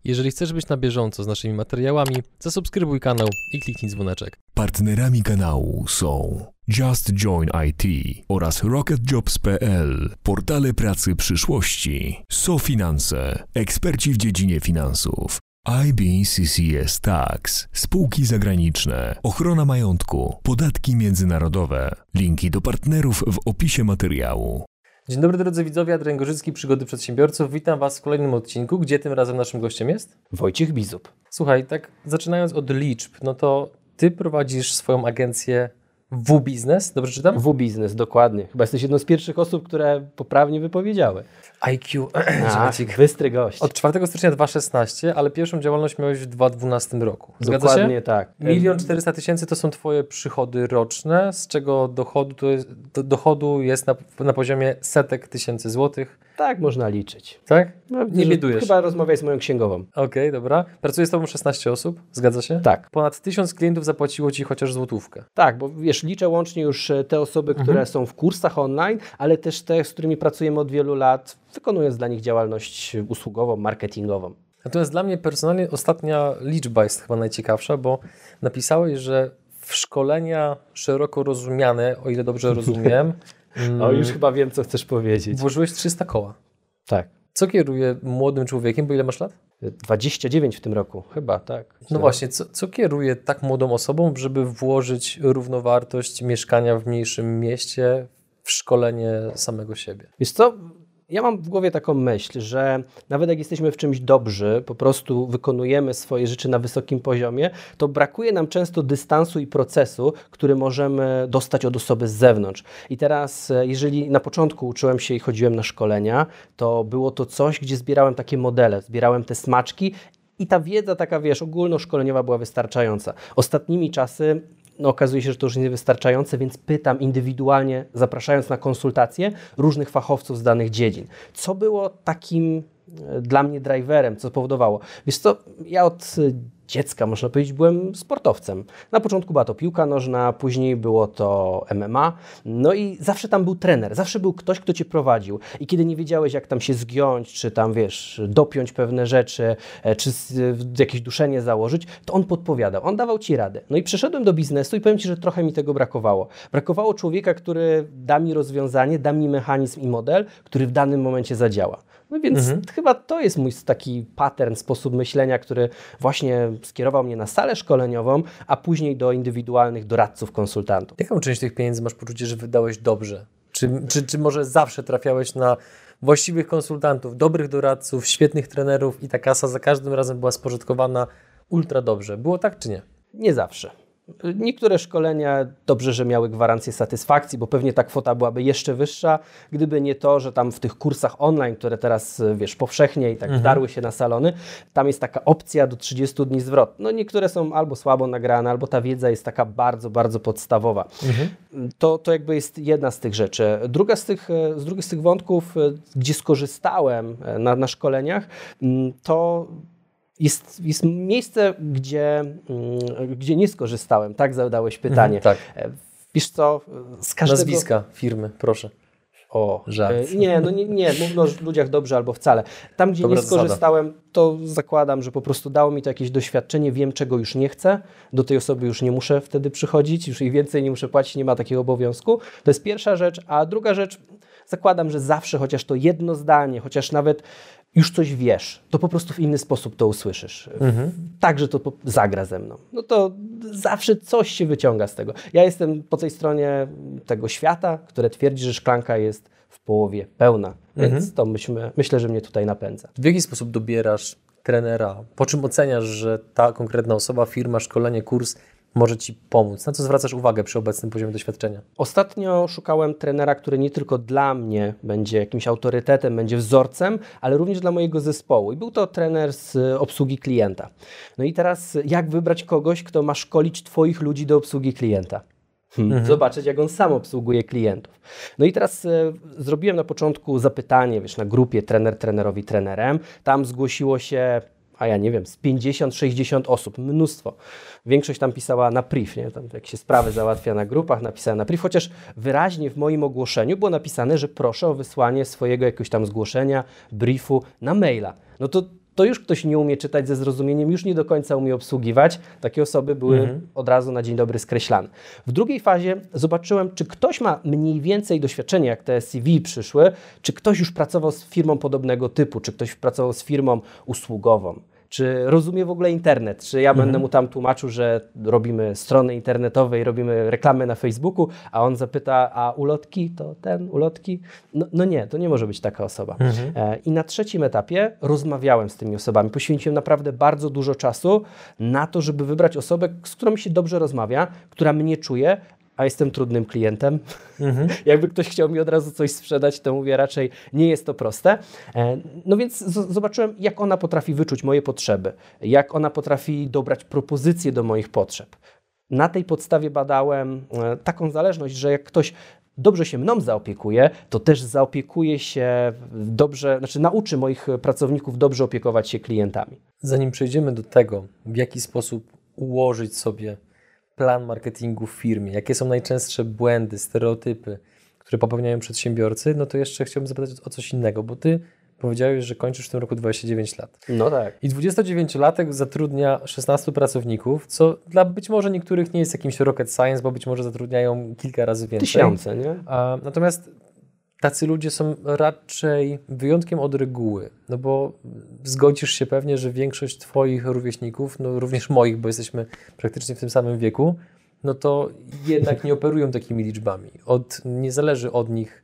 Jeżeli chcesz być na bieżąco z naszymi materiałami, zasubskrybuj kanał i kliknij dzwoneczek. Partnerami kanału są Just Join IT oraz RocketJobs.pl, portale pracy przyszłości, SoFinanse, eksperci w dziedzinie finansów, IBCCS Tax, spółki zagraniczne, ochrona majątku, podatki międzynarodowe. Linki do partnerów w opisie materiału. Dzień dobry drodzy widzowie, Adrian Gorzycki, Przygody Przedsiębiorców. Witam Was w kolejnym odcinku, gdzie tym razem naszym gościem jest? Wojciech Bizub. Słuchaj, tak zaczynając od liczb, no to Ty prowadzisz swoją agencję W-Biznes, dobrze czytam? W-Biznes, dokładnie. Chyba jesteś jedną z pierwszych osób, które poprawnie wypowiedziały. IQ. Bystry gość. Od 4 stycznia 2016, ale pierwszą działalność miałeś w 2012 roku. Zgadza Dokładnie się? tak. 1 400 000 to są Twoje przychody roczne, z czego dochodu jest na poziomie setek tysięcy złotych. Tak można liczyć. Tak? No, Nie biedujesz. Chyba rozmawiaj z moją księgową. Okej, dobra. Pracuje z Tobą 16 osób, zgadza się? Tak. Ponad 1000 klientów zapłaciło Ci chociaż złotówkę. Tak, bo wiesz, liczę łącznie już te osoby, które są w kursach online, ale też te, z którymi pracujemy od wielu lat, wykonując dla nich działalność usługową, marketingową. Natomiast dla mnie personalnie ostatnia liczba jest chyba najciekawsza, bo napisałeś, że w szkolenia szeroko rozumiane, o ile dobrze rozumiem, O, już chyba wiem, co chcesz powiedzieć. włożyłeś 300 koła. Tak. Co kieruje młodym człowiekiem, bo ile masz lat? 29 w tym roku, chyba, tak. No właśnie, co kieruje tak młodą osobą, żeby włożyć równowartość mieszkania w mniejszym mieście w szkolenie samego siebie? Wiesz co? Ja mam w głowie taką myśl, że nawet jak jesteśmy w czymś dobrzy, po prostu wykonujemy swoje rzeczy na wysokim poziomie, to brakuje nam często dystansu i procesu, który możemy dostać od osoby z zewnątrz. I teraz, jeżeli na początku uczyłem się i chodziłem na szkolenia, to było to coś, gdzie zbierałem takie modele, zbierałem te smaczki i ta wiedza taka, wiesz, ogólnoszkoleniowa była wystarczająca. Ostatnimi czasy okazuje się, że to już nie jest wystarczające, więc pytam indywidualnie, zapraszając na konsultacje różnych fachowców z danych dziedzin. Co było takim dla mnie driverem, co powodowało? Wiesz co, ja od dziecka, można powiedzieć, byłem sportowcem. Na początku była to piłka nożna, później było to MMA, no i zawsze tam był trener, zawsze był ktoś, kto Cię prowadził i kiedy nie wiedziałeś, jak tam się zgiąć, czy tam, wiesz, dopiąć pewne rzeczy, czy jakieś duszenie założyć, to on podpowiadał, on dawał Ci radę. No i przeszedłem do biznesu i powiem Ci, że trochę mi tego brakowało. Brakowało człowieka, który da mi rozwiązanie, da mi mechanizm i model, który w danym momencie zadziała. No więc chyba to jest mój taki pattern, sposób myślenia, który właśnie skierował mnie na salę szkoleniową, a później do indywidualnych doradców, konsultantów. Jaką część tych pieniędzy masz poczucie, że wydałeś dobrze? Czy może zawsze trafiałeś na właściwych konsultantów, dobrych doradców, świetnych trenerów i ta kasa za każdym razem była spożytkowana ultra dobrze? Było tak czy nie? Nie zawsze. Niektóre szkolenia dobrze, że miały gwarancję satysfakcji, bo pewnie ta kwota byłaby jeszcze wyższa, gdyby nie to, że tam w tych kursach online, które teraz, wiesz, powszechnie i tak wdarły się na salony, tam jest taka opcja do 30 dni zwrot. No niektóre są albo słabo nagrane, albo ta wiedza jest taka bardzo, bardzo podstawowa. To jakby jest jedna z tych rzeczy. Druga z tych wątków, gdzie skorzystałem na szkoleniach, to jest miejsce, gdzie nie skorzystałem, tak zadałeś pytanie. Tak. Wiesz co, z każdego... Nazwiska firmy, proszę. O, żart. Nie, mówmy o ludziach dobrze albo wcale. Tam, gdzie nie skorzystałem, to zakładam, że po prostu dało mi to jakieś doświadczenie, wiem, czego już nie chcę, do tej osoby już nie muszę wtedy przychodzić, już jej więcej nie muszę płacić, nie ma takiego obowiązku. To jest pierwsza rzecz, a druga rzecz, zakładam, że zawsze chociaż to jedno zdanie, chociaż nawet już coś wiesz, to po prostu w inny sposób to usłyszysz. Tak, że to zagra ze mną. No to zawsze coś się wyciąga z tego. Ja jestem po tej stronie tego świata, które twierdzi, że szklanka jest w połowie pełna. Więc to myślę, że mnie tutaj napędza. W jaki sposób dobierasz trenera? Po czym oceniasz, że ta konkretna osoba, firma, szkolenie, kurs może Ci pomóc? Na co zwracasz uwagę przy obecnym poziomie doświadczenia? Ostatnio szukałem trenera, który nie tylko dla mnie będzie jakimś autorytetem, będzie wzorcem, ale również dla mojego zespołu. I był to trener z obsługi klienta. No i teraz jak wybrać kogoś, kto ma szkolić Twoich ludzi do obsługi klienta? Zobaczyć, jak on sam obsługuje klientów. No i teraz zrobiłem na początku zapytanie, wiesz, na grupie trener trenerowi trenerem. Tam zgłosiło się, a ja nie wiem, z 50-60 osób, mnóstwo. Większość tam pisała na priv, nie? Tam jak się sprawy załatwia na grupach, napisała na priv, chociaż wyraźnie w moim ogłoszeniu było napisane, że proszę o wysłanie swojego jakiegoś tam zgłoszenia, briefu na maila. No to to już ktoś nie umie czytać ze zrozumieniem, już nie do końca umie obsługiwać. Takie osoby były od razu na dzień dobry skreślane. W drugiej fazie zobaczyłem, czy ktoś ma mniej więcej doświadczenia, jak te CV przyszły, czy ktoś już pracował z firmą podobnego typu, czy ktoś pracował z firmą usługową. Czy rozumie w ogóle internet? Czy ja będę mu tam tłumaczył, że robimy strony internetowe i robimy reklamy na Facebooku, a on zapyta, a ulotki? To ulotki? No nie, to nie może być taka osoba. I na trzecim etapie rozmawiałem z tymi osobami. Poświęciłem naprawdę bardzo dużo czasu na to, żeby wybrać osobę, z którą mi się dobrze rozmawia, która mnie czuje, a jestem trudnym klientem. Jakby ktoś chciał mi od razu coś sprzedać, to mówię raczej nie jest to proste. No więc zobaczyłem, jak ona potrafi wyczuć moje potrzeby, jak ona potrafi dobrać propozycje do moich potrzeb. Na tej podstawie badałem taką zależność, że jak ktoś dobrze się mną zaopiekuje, to też zaopiekuje się dobrze, nauczy moich pracowników dobrze opiekować się klientami. Zanim przejdziemy do tego, w jaki sposób ułożyć sobie plan marketingu w firmie, jakie są najczęstsze błędy, stereotypy, które popełniają przedsiębiorcy, no to jeszcze chciałbym zapytać o coś innego, bo ty powiedziałeś, że kończysz w tym roku 29 lat. No tak. I 29-latek zatrudnia 16 pracowników, co dla być może niektórych nie jest jakimś rocket science, bo być może zatrudniają kilka razy więcej. Tysiące, nie? Natomiast tacy ludzie są raczej wyjątkiem od reguły, no bo zgodzisz się pewnie, że większość twoich rówieśników, no również moich, bo jesteśmy praktycznie w tym samym wieku, no to jednak nie operują takimi liczbami. Nie zależy od nich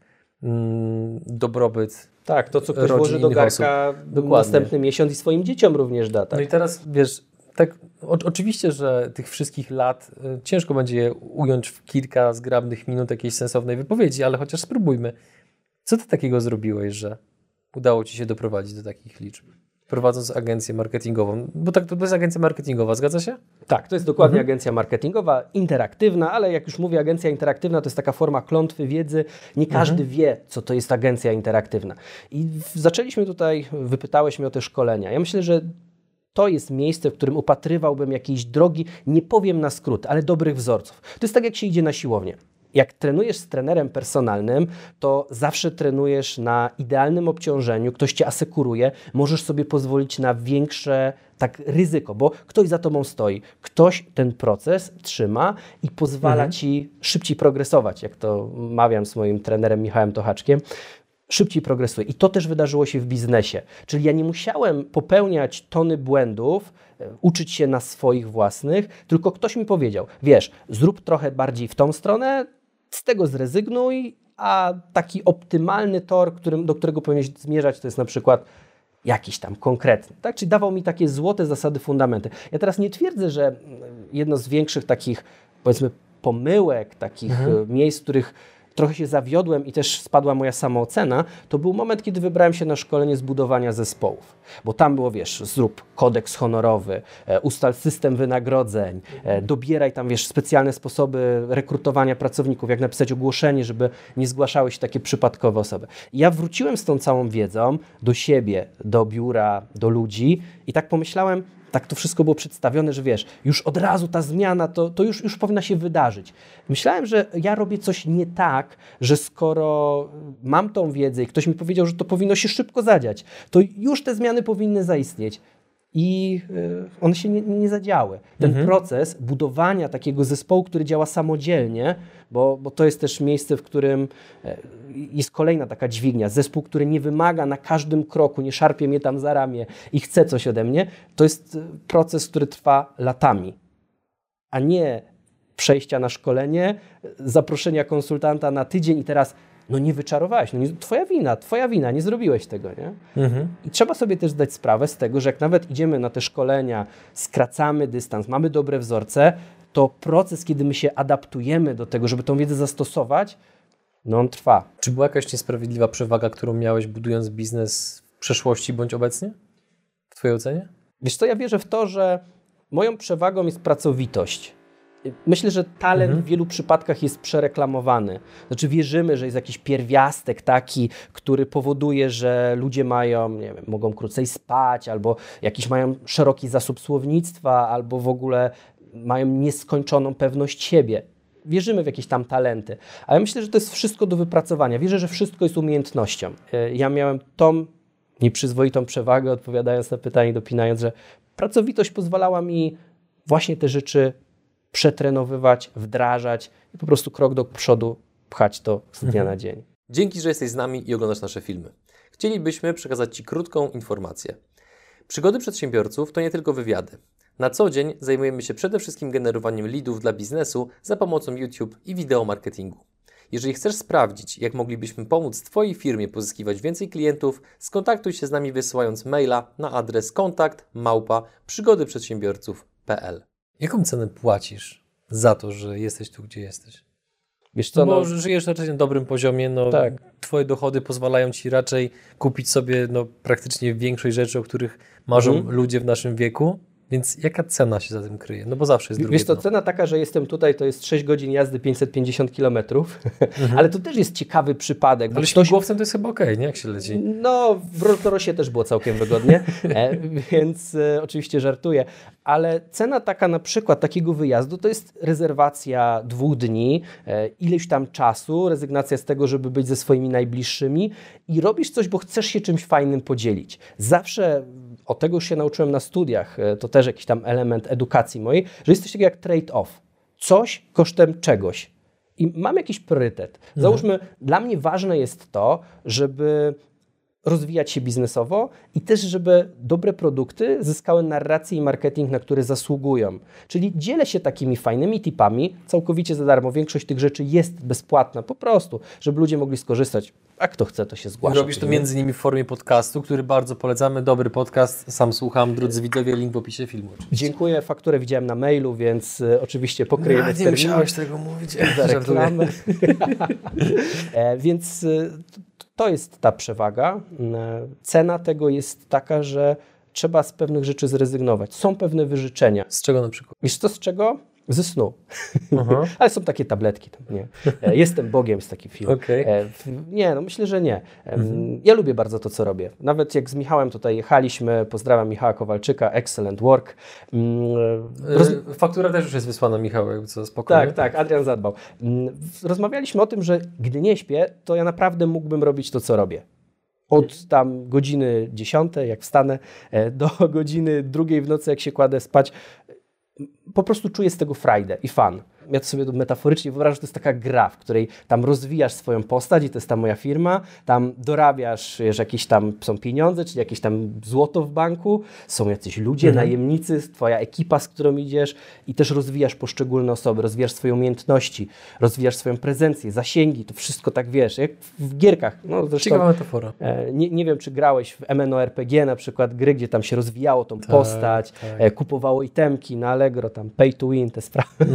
dobrobyt. Tak, to co ktoś włoży do garka następny miesiąc i swoim dzieciom również da. Tak? No i teraz wiesz, tak, oczywiście, że tych wszystkich lat ciężko będzie je ująć w kilka zgrabnych minut jakiejś sensownej wypowiedzi, ale chociaż spróbujmy. Co ty takiego zrobiłeś, że udało ci się doprowadzić do takich liczb? Prowadząc agencję marketingową, bo tak, to jest agencja marketingowa, zgadza się? Tak, to jest dokładnie agencja marketingowa, interaktywna, ale jak już mówię, agencja interaktywna to jest taka forma klątwy wiedzy. Nie każdy wie, co to jest agencja interaktywna. I zaczęliśmy tutaj, wypytałeś mnie o te szkolenia. Ja myślę, że to jest miejsce, w którym upatrywałbym jakiejś drogi, nie powiem na skrót, ale dobrych wzorców. To jest tak, jak się idzie na siłownię. Jak trenujesz z trenerem personalnym, to zawsze trenujesz na idealnym obciążeniu, ktoś cię asekuruje, możesz sobie pozwolić na większe ryzyko, bo ktoś za tobą stoi, ktoś ten proces trzyma i pozwala ci szybciej progresować, jak to mawiam z moim trenerem Michałem Tochaczkiem. Szybciej progresuje. I to też wydarzyło się w biznesie. Czyli ja nie musiałem popełniać tony błędów, uczyć się na swoich własnych, tylko ktoś mi powiedział, wiesz, zrób trochę bardziej w tą stronę, z tego zrezygnuj, a taki optymalny tor, do którego powinieneś zmierzać, to jest na przykład jakiś tam konkretny. Tak? Czyli dawał mi takie złote zasady, fundamenty. Ja teraz nie twierdzę, że jedno z większych takich, powiedzmy, pomyłek, takich miejsc, w których trochę się zawiodłem i też spadła moja samoocena, to był moment, kiedy wybrałem się na szkolenie zbudowania zespołów. Bo tam było, wiesz, zrób kodeks honorowy, ustal system wynagrodzeń, dobieraj tam, wiesz, specjalne sposoby rekrutowania pracowników, jak napisać ogłoszenie, żeby nie zgłaszały się takie przypadkowe osoby. I ja wróciłem z tą całą wiedzą do siebie, do biura, do ludzi i tak pomyślałem, tak to wszystko było przedstawione, że wiesz, już od razu ta zmiana, to już powinna się wydarzyć. Myślałem, że ja robię coś nie tak, że skoro mam tą wiedzę i ktoś mi powiedział, że to powinno się szybko zadziać, to już te zmiany powinny zaistnieć. I one się nie zadziały. Ten proces budowania takiego zespołu, który działa samodzielnie, bo to jest też miejsce, w którym jest kolejna taka dźwignia, zespół, który nie wymaga na każdym kroku, nie szarpie mnie tam za ramię i chce coś ode mnie, to jest proces, który trwa latami, a nie przejścia na szkolenie, zaproszenia konsultanta na tydzień i teraz nie wyczarowałeś, twoja wina, nie zrobiłeś tego, nie? I trzeba sobie też zdać sprawę z tego, że jak nawet idziemy na te szkolenia, skracamy dystans, mamy dobre wzorce, to proces, kiedy my się adaptujemy do tego, żeby tą wiedzę zastosować, on trwa. Czy była jakaś niesprawiedliwa przewaga, którą miałeś budując biznes w przeszłości bądź obecnie? W twojej ocenie? Wiesz co, ja wierzę w to, że moją przewagą jest pracowitość. Myślę, że talent w wielu przypadkach jest przereklamowany. Znaczy wierzymy, że jest jakiś pierwiastek taki, który powoduje, że ludzie mogą krócej spać, albo jakiś mają szeroki zasób słownictwa, albo w ogóle mają nieskończoną pewność siebie. Wierzymy w jakieś tam talenty. A ja myślę, że to jest wszystko do wypracowania. Wierzę, że wszystko jest umiejętnością. Ja miałem tą nieprzyzwoitą przewagę, odpowiadając na pytanie, dopinając, że pracowitość pozwalała mi właśnie te rzeczy przetrenowywać, wdrażać i po prostu krok do przodu pchać to z dnia na dzień. Dzięki, że jesteś z nami i oglądasz nasze filmy. Chcielibyśmy przekazać Ci krótką informację. Przygody przedsiębiorców to nie tylko wywiady. Na co dzień zajmujemy się przede wszystkim generowaniem leadów dla biznesu za pomocą YouTube i wideo marketingu. Jeżeli chcesz sprawdzić, jak moglibyśmy pomóc Twojej firmie pozyskiwać więcej klientów, skontaktuj się z nami wysyłając maila na adres kontakt@przygodyprzedsiębiorców.pl. Jaką cenę płacisz za to, że jesteś tu, gdzie jesteś? Wiesz co, Bo żyjesz raczej na dobrym poziomie, tak. Twoje dochody pozwalają Ci raczej kupić sobie praktycznie większość rzeczy, o których marzą ludzie w naszym wieku. Więc jaka cena się za tym kryje? No bo zawsze jest drugie Wiesz to, cena taka, że jestem tutaj, to jest 6 godzin jazdy, 550 km, ale to też jest ciekawy przypadek. Ale śmigłowcem to jest chyba okej, nie? Jak się leci? No, w Rolls-Royce też było całkiem wygodnie, więc oczywiście żartuję. Ale cena taka na przykład takiego wyjazdu to jest rezerwacja 2 dni, ileś tam czasu, rezygnacja z tego, żeby być ze swoimi najbliższymi i robisz coś, bo chcesz się czymś fajnym podzielić. Zawsze, od tego już się nauczyłem na studiach, to też jakiś tam element edukacji mojej, że jest coś takiego jak trade-off. Coś kosztem czegoś. I mam jakiś priorytet. Załóżmy, dla mnie ważne jest to, żeby rozwijać się biznesowo i też, żeby dobre produkty zyskały narrację i marketing, na które zasługują. Czyli dzielę się takimi fajnymi tipami, całkowicie za darmo. Większość tych rzeczy jest bezpłatna, po prostu, żeby ludzie mogli skorzystać. A kto chce, to się zgłasza. Robisz to między innymi w formie podcastu, który bardzo polecamy. Dobry podcast, sam słucham. Drodzy widzowie, link w opisie filmu. Oczywiście. Dziękuję, fakturę widziałem na mailu, więc oczywiście pokryjemy Nie musiałeś tego mówić. Za reklamę. Więc to jest ta przewaga. Cena tego jest taka, że trzeba z pewnych rzeczy zrezygnować. Są pewne wyrzeczenia. Z czego na przykład? Wiesz co, z czego? Ze snu. Ale są takie tabletki. Tam, nie. Jestem Bogiem, jest taki film. Okay. Nie, no myślę, że nie. Ja lubię bardzo to, co robię. Nawet jak z Michałem tutaj jechaliśmy, pozdrawiam Michała Kowalczyka, excellent work. Faktura też już jest wysłana, Michał, co spokojnie. Tak, Adrian zadbał. Rozmawialiśmy o tym, że gdy nie śpię, to ja naprawdę mógłbym robić to, co robię. Od tam godziny 10, jak wstanę, do godziny 2 w nocy, jak się kładę spać. Po prostu czuję z tego frajdę i fan. Ja to sobie metaforycznie wyobrażam, że to jest taka gra, w której tam rozwijasz swoją postać i to jest ta moja firma, tam dorabiasz, wiesz, jakieś tam są pieniądze, czyli jakieś tam złoto w banku, są jacyś ludzie, najemnicy, twoja ekipa, z którą idziesz i też rozwijasz poszczególne osoby, rozwijasz swoje umiejętności, rozwijasz swoją prezencję, zasięgi, to wszystko tak wiesz, jak w gierkach. No, zresztą, ciekawa metafora. Nie wiem, czy grałeś w MMORPG na przykład, gry, gdzie tam się rozwijało tą postać, kupowało itemki na Allegro, tam pay to win, te sprawy.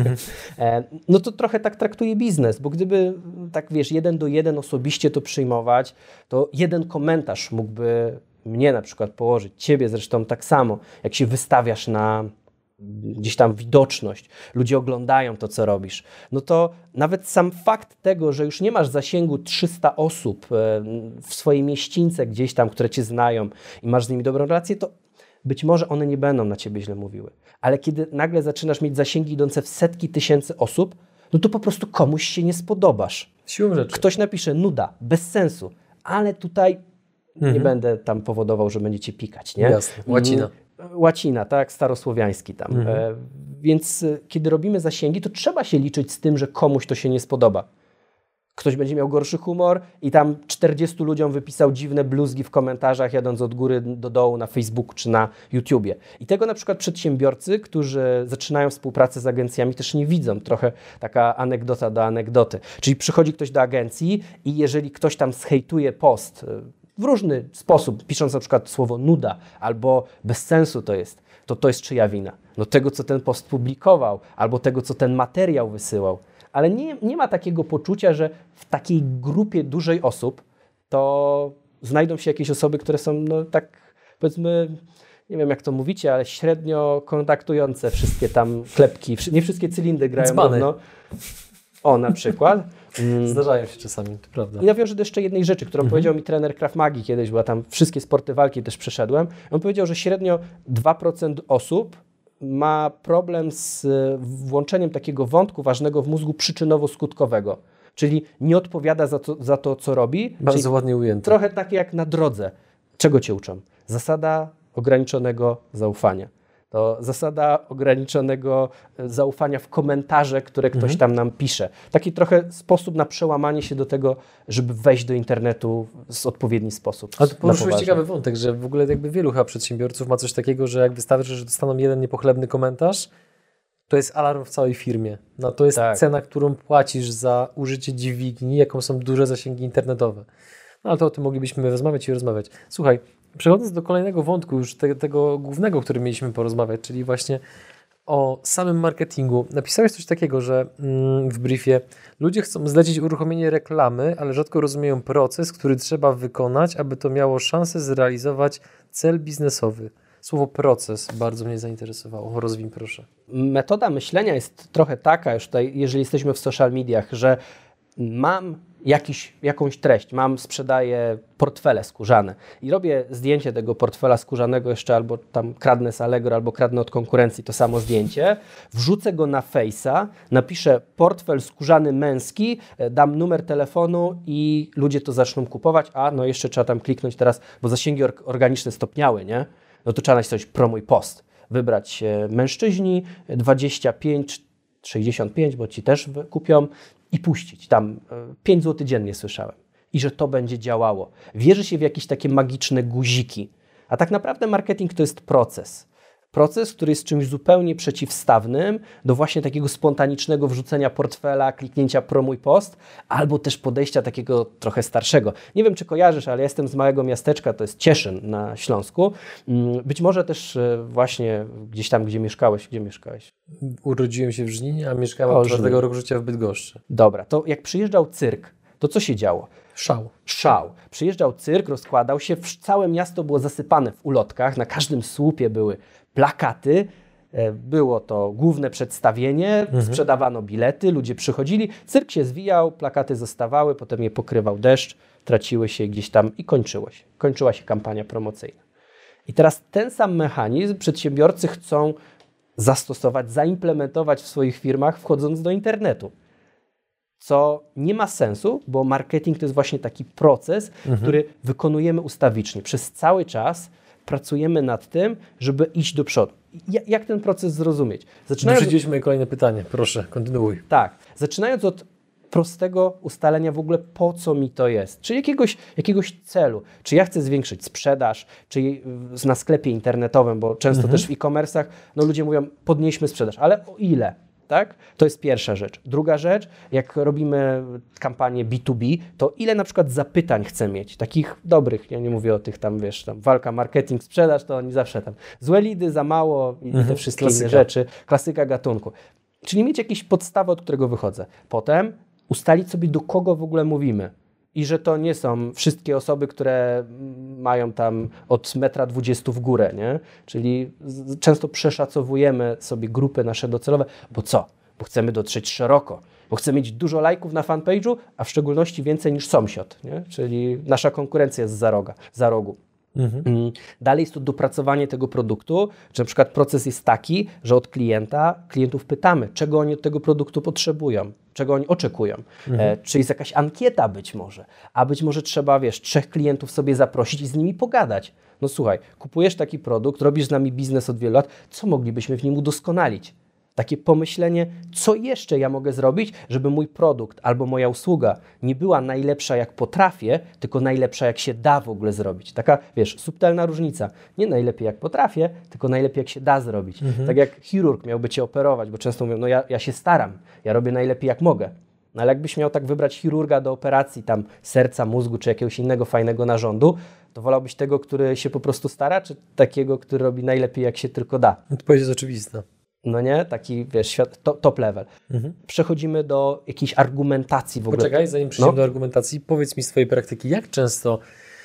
No to trochę tak traktuje biznes, bo gdyby tak wiesz, 1 do 1 osobiście to przyjmować, to jeden komentarz mógłby mnie na przykład położyć, ciebie zresztą tak samo, jak się wystawiasz na gdzieś tam widoczność, ludzie oglądają to, co robisz, no to nawet sam fakt tego, że już nie masz zasięgu 300 osób w swojej mieścińce gdzieś tam, które cię znają i masz z nimi dobrą relację, to być może one nie będą na ciebie źle mówiły. Ale kiedy nagle zaczynasz mieć zasięgi idące w setki tysięcy osób, no to po prostu komuś się nie spodobasz. Siłą rzeczy. Ktoś napisze nuda, bez sensu, ale tutaj nie będę tam powodował, że będziecie pikać, nie? Jasne. Łacina. Łacina, tak, starosłowiański tam. Więc kiedy robimy zasięgi, to trzeba się liczyć z tym, że komuś to się nie spodoba. Ktoś będzie miał gorszy humor i tam 40 ludziom wypisał dziwne bluzgi w komentarzach, jadąc od góry do dołu na Facebooku czy na YouTubie. I tego na przykład przedsiębiorcy, którzy zaczynają współpracę z agencjami, też nie widzą. Trochę taka anegdota do anegdoty. Czyli przychodzi ktoś do agencji i jeżeli ktoś tam zhejtuje post w różny sposób, pisząc na przykład słowo nuda albo bez sensu to jest czyja wina? No tego, co ten post publikował albo tego, co ten materiał wysyłał. Ale nie ma takiego poczucia, że w takiej grupie dużej osób to znajdą się jakieś osoby, które są no tak powiedzmy, nie wiem jak to mówicie, ale średnio kontaktujące wszystkie tam klepki, nie wszystkie cylindry grają równo. O, na przykład. Zdarzają się czasami, to prawda. I nawiążę do jeszcze jednej rzeczy, którą powiedział mi trener Krav Magi kiedyś, bo tam wszystkie sporty walki też przeszedłem. On powiedział, że średnio 2% osób ma problem z włączeniem takiego wątku ważnego w mózgu przyczynowo-skutkowego. Czyli nie odpowiada za to, co robi. Bardzo ładnie ujęte. Trochę takie jak na drodze. Czego cię uczą? Zasada ograniczonego zaufania. To zasada ograniczonego zaufania w komentarze, które ktoś tam nam pisze. Taki trochę sposób na przełamanie się do tego, żeby wejść do internetu w odpowiedni sposób. Ale to poruszyłeś ciekawy wątek, że w ogóle jakby wielu chyba przedsiębiorców ma coś takiego, że jak wystarczy, że dostaną jeden niepochlebny komentarz, to jest alarm w całej firmie. No to jest cena, którą płacisz za użycie dźwigni, jaką są duże zasięgi internetowe. No ale to o tym moglibyśmy rozmawiać i rozmawiać. Słuchaj, przechodząc do kolejnego wątku, już tego głównego, o którym mieliśmy porozmawiać, czyli właśnie o samym marketingu. Napisałeś coś takiego, że w briefie ludzie chcą zlecić uruchomienie reklamy, ale rzadko rozumieją proces, który trzeba wykonać, aby to miało szansę zrealizować cel biznesowy. Słowo proces bardzo mnie zainteresowało. Rozwin proszę. Metoda myślenia jest trochę taka, już tutaj, jeżeli jesteśmy w social mediach, że mam jakąś treść, sprzedaję portfele skórzane i robię zdjęcie tego portfela skórzanego jeszcze albo tam kradnę z Allegro, albo kradnę od konkurencji to samo zdjęcie, wrzucę go na Face'a, napiszę portfel skórzany męski, dam numer telefonu i ludzie to zaczną kupować, a no jeszcze trzeba tam kliknąć teraz, bo zasięgi organiczne stopniały, nie? No to trzeba nacisnąć promuj post, wybrać mężczyźni 25-65, bo ci też kupią, i puścić. Tam 5 zł dziennie słyszałem. I że to będzie działało. Wierzy się w jakieś takie magiczne guziki. A tak naprawdę marketing to jest proces. Proces, który jest czymś zupełnie przeciwstawnym do właśnie takiego spontanicznego wrzucenia portfela, kliknięcia promuj post, albo też podejścia takiego trochę starszego. Nie wiem, czy kojarzysz, ale ja jestem z małego miasteczka, to jest Cieszyn na Śląsku. Być może też właśnie gdzieś tam, gdzie mieszkałeś. Gdzie mieszkałeś? Urodziłem się w Żninie, a mieszkałem od 4 roku życia w Bydgoszczy. Dobra, to jak przyjeżdżał cyrk, to co się działo? Szał. Przyjeżdżał cyrk, rozkładał się, całe miasto było zasypane w ulotkach, na każdym słupie były plakaty, było to główne przedstawienie, sprzedawano bilety, ludzie przychodzili, cyrk się zwijał, plakaty zostawały, potem je pokrywał deszcz, traciły się gdzieś tam i kończyła się kampania promocyjna. I teraz ten sam mechanizm przedsiębiorcy chcą zastosować, zaimplementować w swoich firmach, wchodząc do internetu. Co nie ma sensu, bo marketing to jest właśnie taki proces, który wykonujemy ustawicznie. Przez cały czas pracujemy nad tym, żeby iść do przodu. Jak ten proces zrozumieć? Wyprzedziliśmy moje kolejne pytanie. Proszę, kontynuuj. Tak. Zaczynając od prostego ustalenia w ogóle, po co mi to jest. Czy jakiegoś celu. Czy ja chcę zwiększyć sprzedaż, czy na sklepie internetowym, bo często też w e-commerce'ach ludzie mówią, podnieśmy sprzedaż, ale o ile? Tak? To jest pierwsza rzecz. Druga rzecz, jak robimy kampanię B2B, to ile na przykład zapytań chcę mieć, takich dobrych, ja nie mówię o tych tam, wiesz, tam walka, marketing, sprzedaż, to oni zawsze tam złe lidy, za mało i te wszystkie inne rzeczy, klasyka gatunku. Czyli mieć jakieś podstawy, od którego wychodzę. Potem ustalić sobie, do kogo w ogóle mówimy. I że to nie są wszystkie osoby, które mają tam od 1,20 m w górę, nie? Czyli często przeszacowujemy sobie grupy nasze docelowe, bo co? Bo chcemy dotrzeć szeroko, bo chcemy mieć dużo lajków na fanpage'u, a w szczególności więcej niż sąsiad, nie? Czyli nasza konkurencja jest za rogu. Dalej jest to dopracowanie tego produktu, że na przykład proces jest taki, że od klientów pytamy, czego oni od tego produktu potrzebują, czego oni oczekują. Czy jest jakaś ankieta być może, a być może trzeba, 3 klientów sobie zaprosić i z nimi pogadać. No słuchaj, kupujesz taki produkt, robisz z nami biznes od wielu lat, co moglibyśmy w nim udoskonalić? Takie pomyślenie, co jeszcze ja mogę zrobić, żeby mój produkt albo moja usługa nie była najlepsza jak potrafię, tylko najlepsza jak się da w ogóle zrobić. Taka, subtelna różnica. Nie najlepiej jak potrafię, tylko najlepiej jak się da zrobić. Tak jak chirurg miałby cię operować, bo często mówią, ja się staram, ja robię najlepiej jak mogę. No ale jakbyś miał tak wybrać chirurga do operacji tam serca, mózgu czy jakiegoś innego fajnego narządu, to wolałbyś tego, który się po prostu stara, czy takiego, który robi najlepiej jak się tylko da? Odpowiedź jest oczywista. No nie? Taki, top level. Przechodzimy do jakiejś argumentacji w ogóle. Poczekaj, zanim przejdziemy do argumentacji, powiedz mi z twojej praktyki, jak często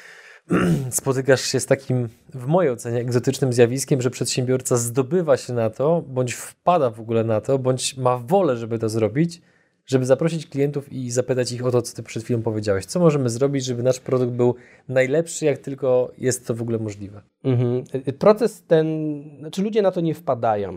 spotykasz się z takim, w mojej ocenie, egzotycznym zjawiskiem, że przedsiębiorca zdobywa się na to, bądź wpada w ogóle na to, bądź ma wolę, żeby to zrobić, żeby zaprosić klientów i zapytać ich o to, co ty przed chwilą powiedziałeś. Co możemy zrobić, żeby nasz produkt był najlepszy, jak tylko jest to w ogóle możliwe? Proces ten, ludzie na to nie wpadają.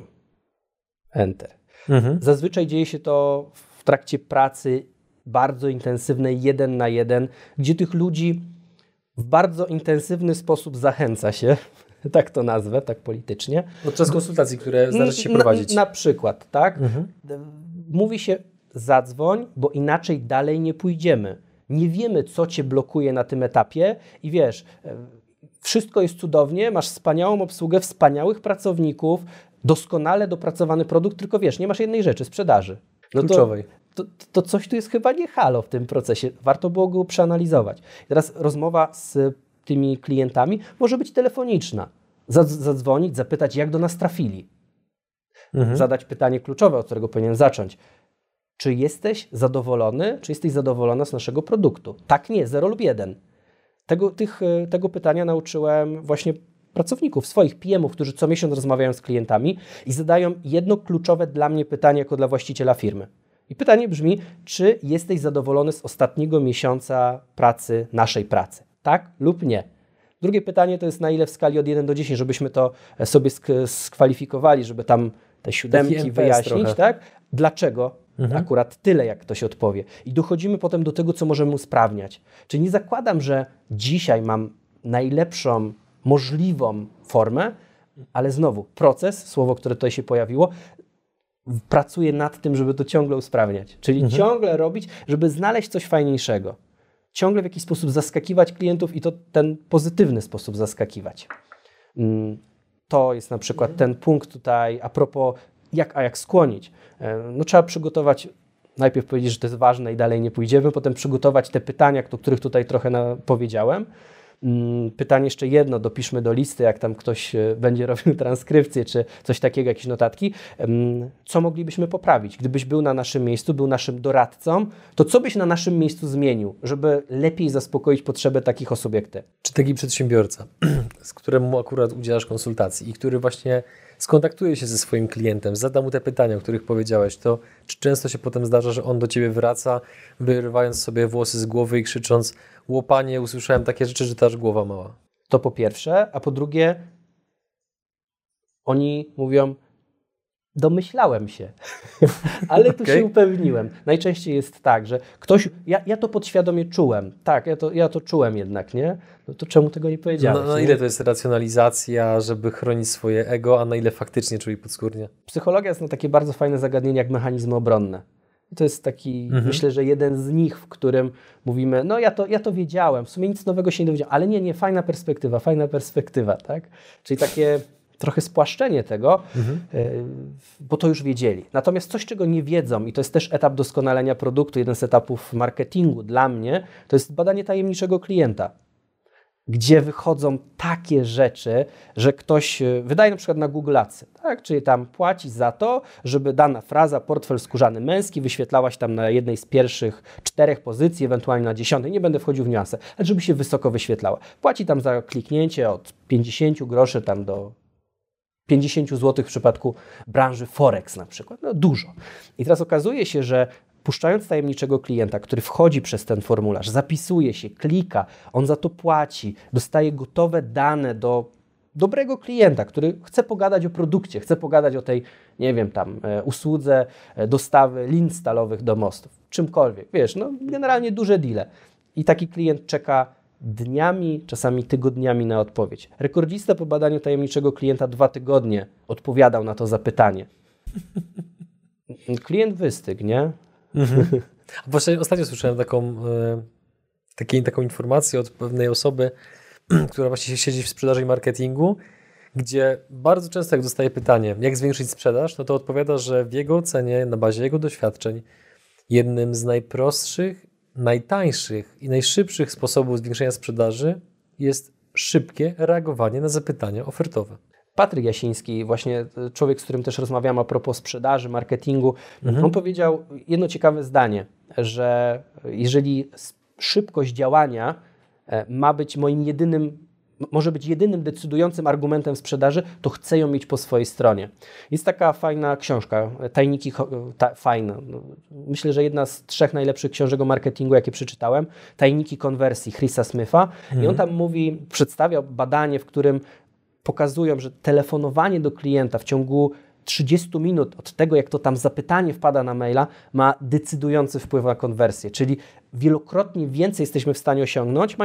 Enter. Zazwyczaj dzieje się to w trakcie pracy bardzo intensywnej, 1 na 1, gdzie tych ludzi w bardzo intensywny sposób zachęca się, tak to nazwę, tak politycznie. Podczas konsultacji, które zdarza się prowadzić. Na przykład, tak? Mówi się, zadzwoń, bo inaczej dalej nie pójdziemy. Nie wiemy, co cię blokuje na tym etapie i wiesz, wszystko jest cudownie, masz wspaniałą obsługę, wspaniałych pracowników, doskonale dopracowany produkt, tylko wiesz, nie masz jednej rzeczy, sprzedaży. No kluczowej. To coś tu jest chyba nie halo w tym procesie. Warto było go przeanalizować. I teraz rozmowa z tymi klientami może być telefoniczna. Zadzwonić, zapytać, jak do nas trafili. Zadać pytanie kluczowe, od którego powinien zacząć. Czy jesteś zadowolony, czy jesteś zadowolona z naszego produktu? Tak, nie, 0 lub 1. Tego pytania nauczyłem właśnie pracowników, swoich PM-ów, którzy co miesiąc rozmawiają z klientami i zadają jedno kluczowe dla mnie pytanie jako dla właściciela firmy. I pytanie brzmi, czy jesteś zadowolony z ostatniego miesiąca pracy, naszej pracy? Tak lub nie? Drugie pytanie to jest na ile w skali od 1 do 10, żebyśmy to sobie skwalifikowali, żeby tam te 7 wyjaśnić, tak? Dlaczego akurat tyle, jak ktoś odpowie. I dochodzimy potem do tego, co możemy usprawniać. Czyli nie zakładam, że dzisiaj mam najlepszą możliwą formę, ale znowu proces, słowo, które tutaj się pojawiło, pracuję nad tym, żeby to ciągle usprawniać. Czyli ciągle robić, żeby znaleźć coś fajniejszego. Ciągle w jakiś sposób zaskakiwać klientów i to ten pozytywny sposób zaskakiwać. To jest na przykład ten punkt tutaj a propos jak skłonić. No trzeba przygotować, najpierw powiedzieć, że to jest ważne i dalej nie pójdziemy, potem przygotować te pytania, o których tutaj trochę powiedziałem. Pytanie jeszcze jedno, dopiszmy do listy, jak tam ktoś będzie robił transkrypcję, czy coś takiego, jakieś notatki. Co moglibyśmy poprawić? Gdybyś był na naszym miejscu, był naszym doradcą, to co byś na naszym miejscu zmienił, żeby lepiej zaspokoić potrzeby takich osób jak ty? Czy taki przedsiębiorca, z któremu akurat udzielasz konsultacji i który właśnie skontaktuje się ze swoim klientem, zada mu te pytania, o których powiedziałeś, to czy często się potem zdarza, że on do ciebie wraca, wyrywając sobie włosy z głowy i krzycząc: łopanie, usłyszałem takie rzeczy, że ta aż głowa mała. To po pierwsze, a po drugie oni mówią: domyślałem się, ale tu się upewniłem. Najczęściej jest tak, że ktoś, ja to podświadomie czułem, tak, ja to czułem jednak, nie? No to czemu tego nie powiedziałeś? No, na ile to jest racjonalizacja, żeby chronić swoje ego, a na ile faktycznie czuli podskórnie? Psychologia jest takie bardzo fajne zagadnienie jak mechanizmy obronne. I to jest taki, myślę, że jeden z nich, w którym mówimy, no ja to wiedziałem, w sumie nic nowego się nie dowiedziałem, ale nie, fajna perspektywa, tak? Czyli takie trochę spłaszczenie tego, bo to już wiedzieli. Natomiast coś, czego nie wiedzą, i to jest też etap doskonalenia produktu, jeden z etapów marketingu dla mnie, to jest badanie tajemniczego klienta, gdzie wychodzą takie rzeczy, że ktoś wydaje na przykład na Google Adsy, tak? Czyli tam płaci za to, żeby dana fraza portfel skórzany męski wyświetlała się tam na jednej z pierwszych 4 pozycji, ewentualnie na 10, nie będę wchodził w niuanse, ale żeby się wysoko wyświetlała. Płaci tam za kliknięcie od 50 groszy tam do 50 zł w przypadku branży Forex na przykład, no dużo. I teraz okazuje się, że puszczając tajemniczego klienta, który wchodzi przez ten formularz, zapisuje się, klika, on za to płaci, dostaje gotowe dane do dobrego klienta, który chce pogadać o produkcie, chce pogadać o tej, nie wiem, tam usłudze dostawy lin stalowych do mostów, czymkolwiek, wiesz, no generalnie duże deale. I taki klient czeka dniami, czasami tygodniami na odpowiedź. Rekordzista po badaniu tajemniczego klienta 2 tygodnie odpowiadał na to zapytanie. Klient wystygł, nie? Właśnie ostatnio słyszałem taką informację od pewnej osoby, która właśnie siedzi w sprzedaży i marketingu, gdzie bardzo często jak dostaje pytanie, jak zwiększyć sprzedaż, no to odpowiada, że w jego ocenie, na bazie jego doświadczeń, jednym z najprostszych, najtańszych i najszybszych sposobów zwiększenia sprzedaży jest szybkie reagowanie na zapytania ofertowe. Patryk Jasiński, właśnie człowiek, z którym też rozmawiam a propos sprzedaży, marketingu, on powiedział jedno ciekawe zdanie, że jeżeli szybkość działania może być jedynym decydującym argumentem sprzedaży, to chcę ją mieć po swojej stronie. Jest taka fajna książka, Tajniki, fajna, myślę, że jedna z 3 najlepszych książek o marketingu, jakie przeczytałem, Tajniki konwersji Chrisa Smitha. I on tam przedstawia badanie, w którym pokazują, że telefonowanie do klienta w ciągu 30 minut od tego, jak to tam zapytanie wpada na maila, ma decydujący wpływ na konwersję. Czyli wielokrotnie więcej jesteśmy w stanie osiągnąć, mając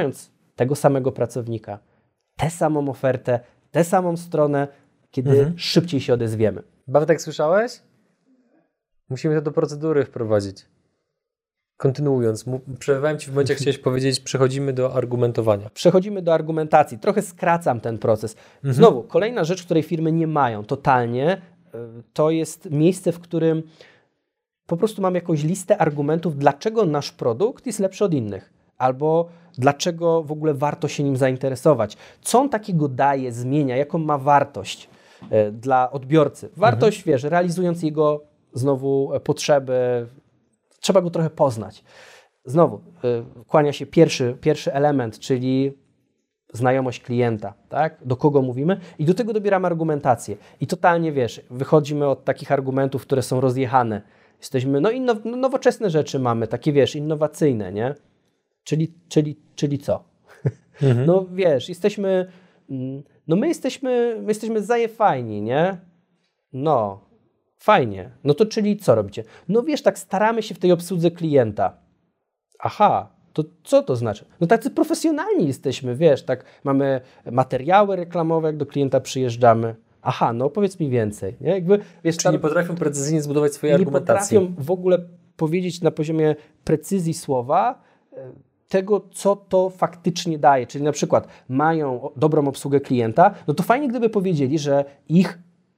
tego samego pracownika, tę samą ofertę, tę samą stronę, kiedy szybciej się odezwiemy. Bartek, słyszałeś? Musimy to do procedury wprowadzić. Kontynuując, przerwałem Ci w momencie, jak chciałeś powiedzieć, przechodzimy do argumentowania. Przechodzimy do argumentacji. Trochę skracam ten proces. Znowu, kolejna rzecz, której firmy nie mają totalnie, to jest miejsce, w którym po prostu mam jakąś listę argumentów, dlaczego nasz produkt jest lepszy od innych. Albo dlaczego w ogóle warto się nim zainteresować. Co on takiego daje, zmienia, jaką ma wartość dla odbiorcy. Wartość, wiesz, realizując jego znowu potrzeby, trzeba go trochę poznać. Znowu, kłania się pierwszy element, czyli znajomość klienta, tak? Do kogo mówimy i do tego dobieramy argumentację. I totalnie, wiesz, wychodzimy od takich argumentów, które są rozjechane. Jesteśmy, nowoczesne rzeczy mamy, takie, wiesz, innowacyjne, nie? Czyli co? No wiesz, my jesteśmy zajefajni, nie? No, fajnie. No to czyli co robicie? No wiesz, tak staramy się w tej obsłudze klienta. Aha, to co to znaczy? No tacy profesjonalni jesteśmy, wiesz, tak mamy materiały reklamowe, jak do klienta przyjeżdżamy. Aha, no powiedz mi więcej. Nie? Jakby, wiesz, Czyli nie potrafią precyzyjnie zbudować swojej argumentacji. Nie potrafią w ogóle powiedzieć na poziomie precyzji słowa tego, co to faktycznie daje. Czyli na przykład mają dobrą obsługę klienta, no to fajnie, gdyby powiedzieli, że ich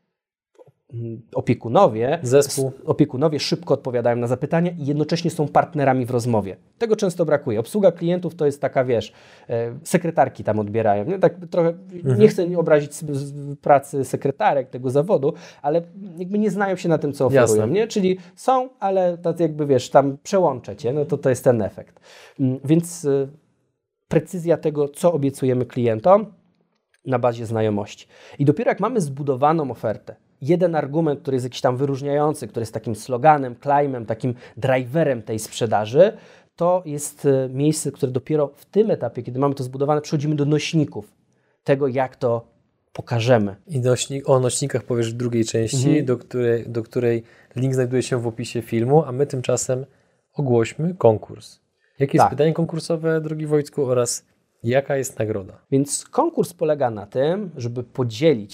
opiekunowie szybko odpowiadają na zapytania i jednocześnie są partnerami w rozmowie. Tego często brakuje. Obsługa klientów to jest taka, wiesz, sekretarki tam odbierają. Nie? Tak trochę, nie chcę obrazić pracy sekretarek tego zawodu, ale jakby nie znają się na tym, co oferują. Nie? Czyli są, ale tak jakby, wiesz, tam przełączę cię, no to jest ten efekt. Więc precyzja tego, co obiecujemy klientom na bazie znajomości. I dopiero jak mamy zbudowaną ofertę, jeden argument, który jest jakiś tam wyróżniający, który jest takim sloganem, claimem, takim driverem tej sprzedaży, to jest miejsce, które dopiero w tym etapie, kiedy mamy to zbudowane, przechodzimy do nośników tego, jak to pokażemy. I o nośnikach powiesz w drugiej części, do której link znajduje się w opisie filmu, a my tymczasem ogłośmy konkurs. Jakie jest pytanie konkursowe, drogi Wojtku, oraz jaka jest nagroda? Więc konkurs polega na tym, żeby podziel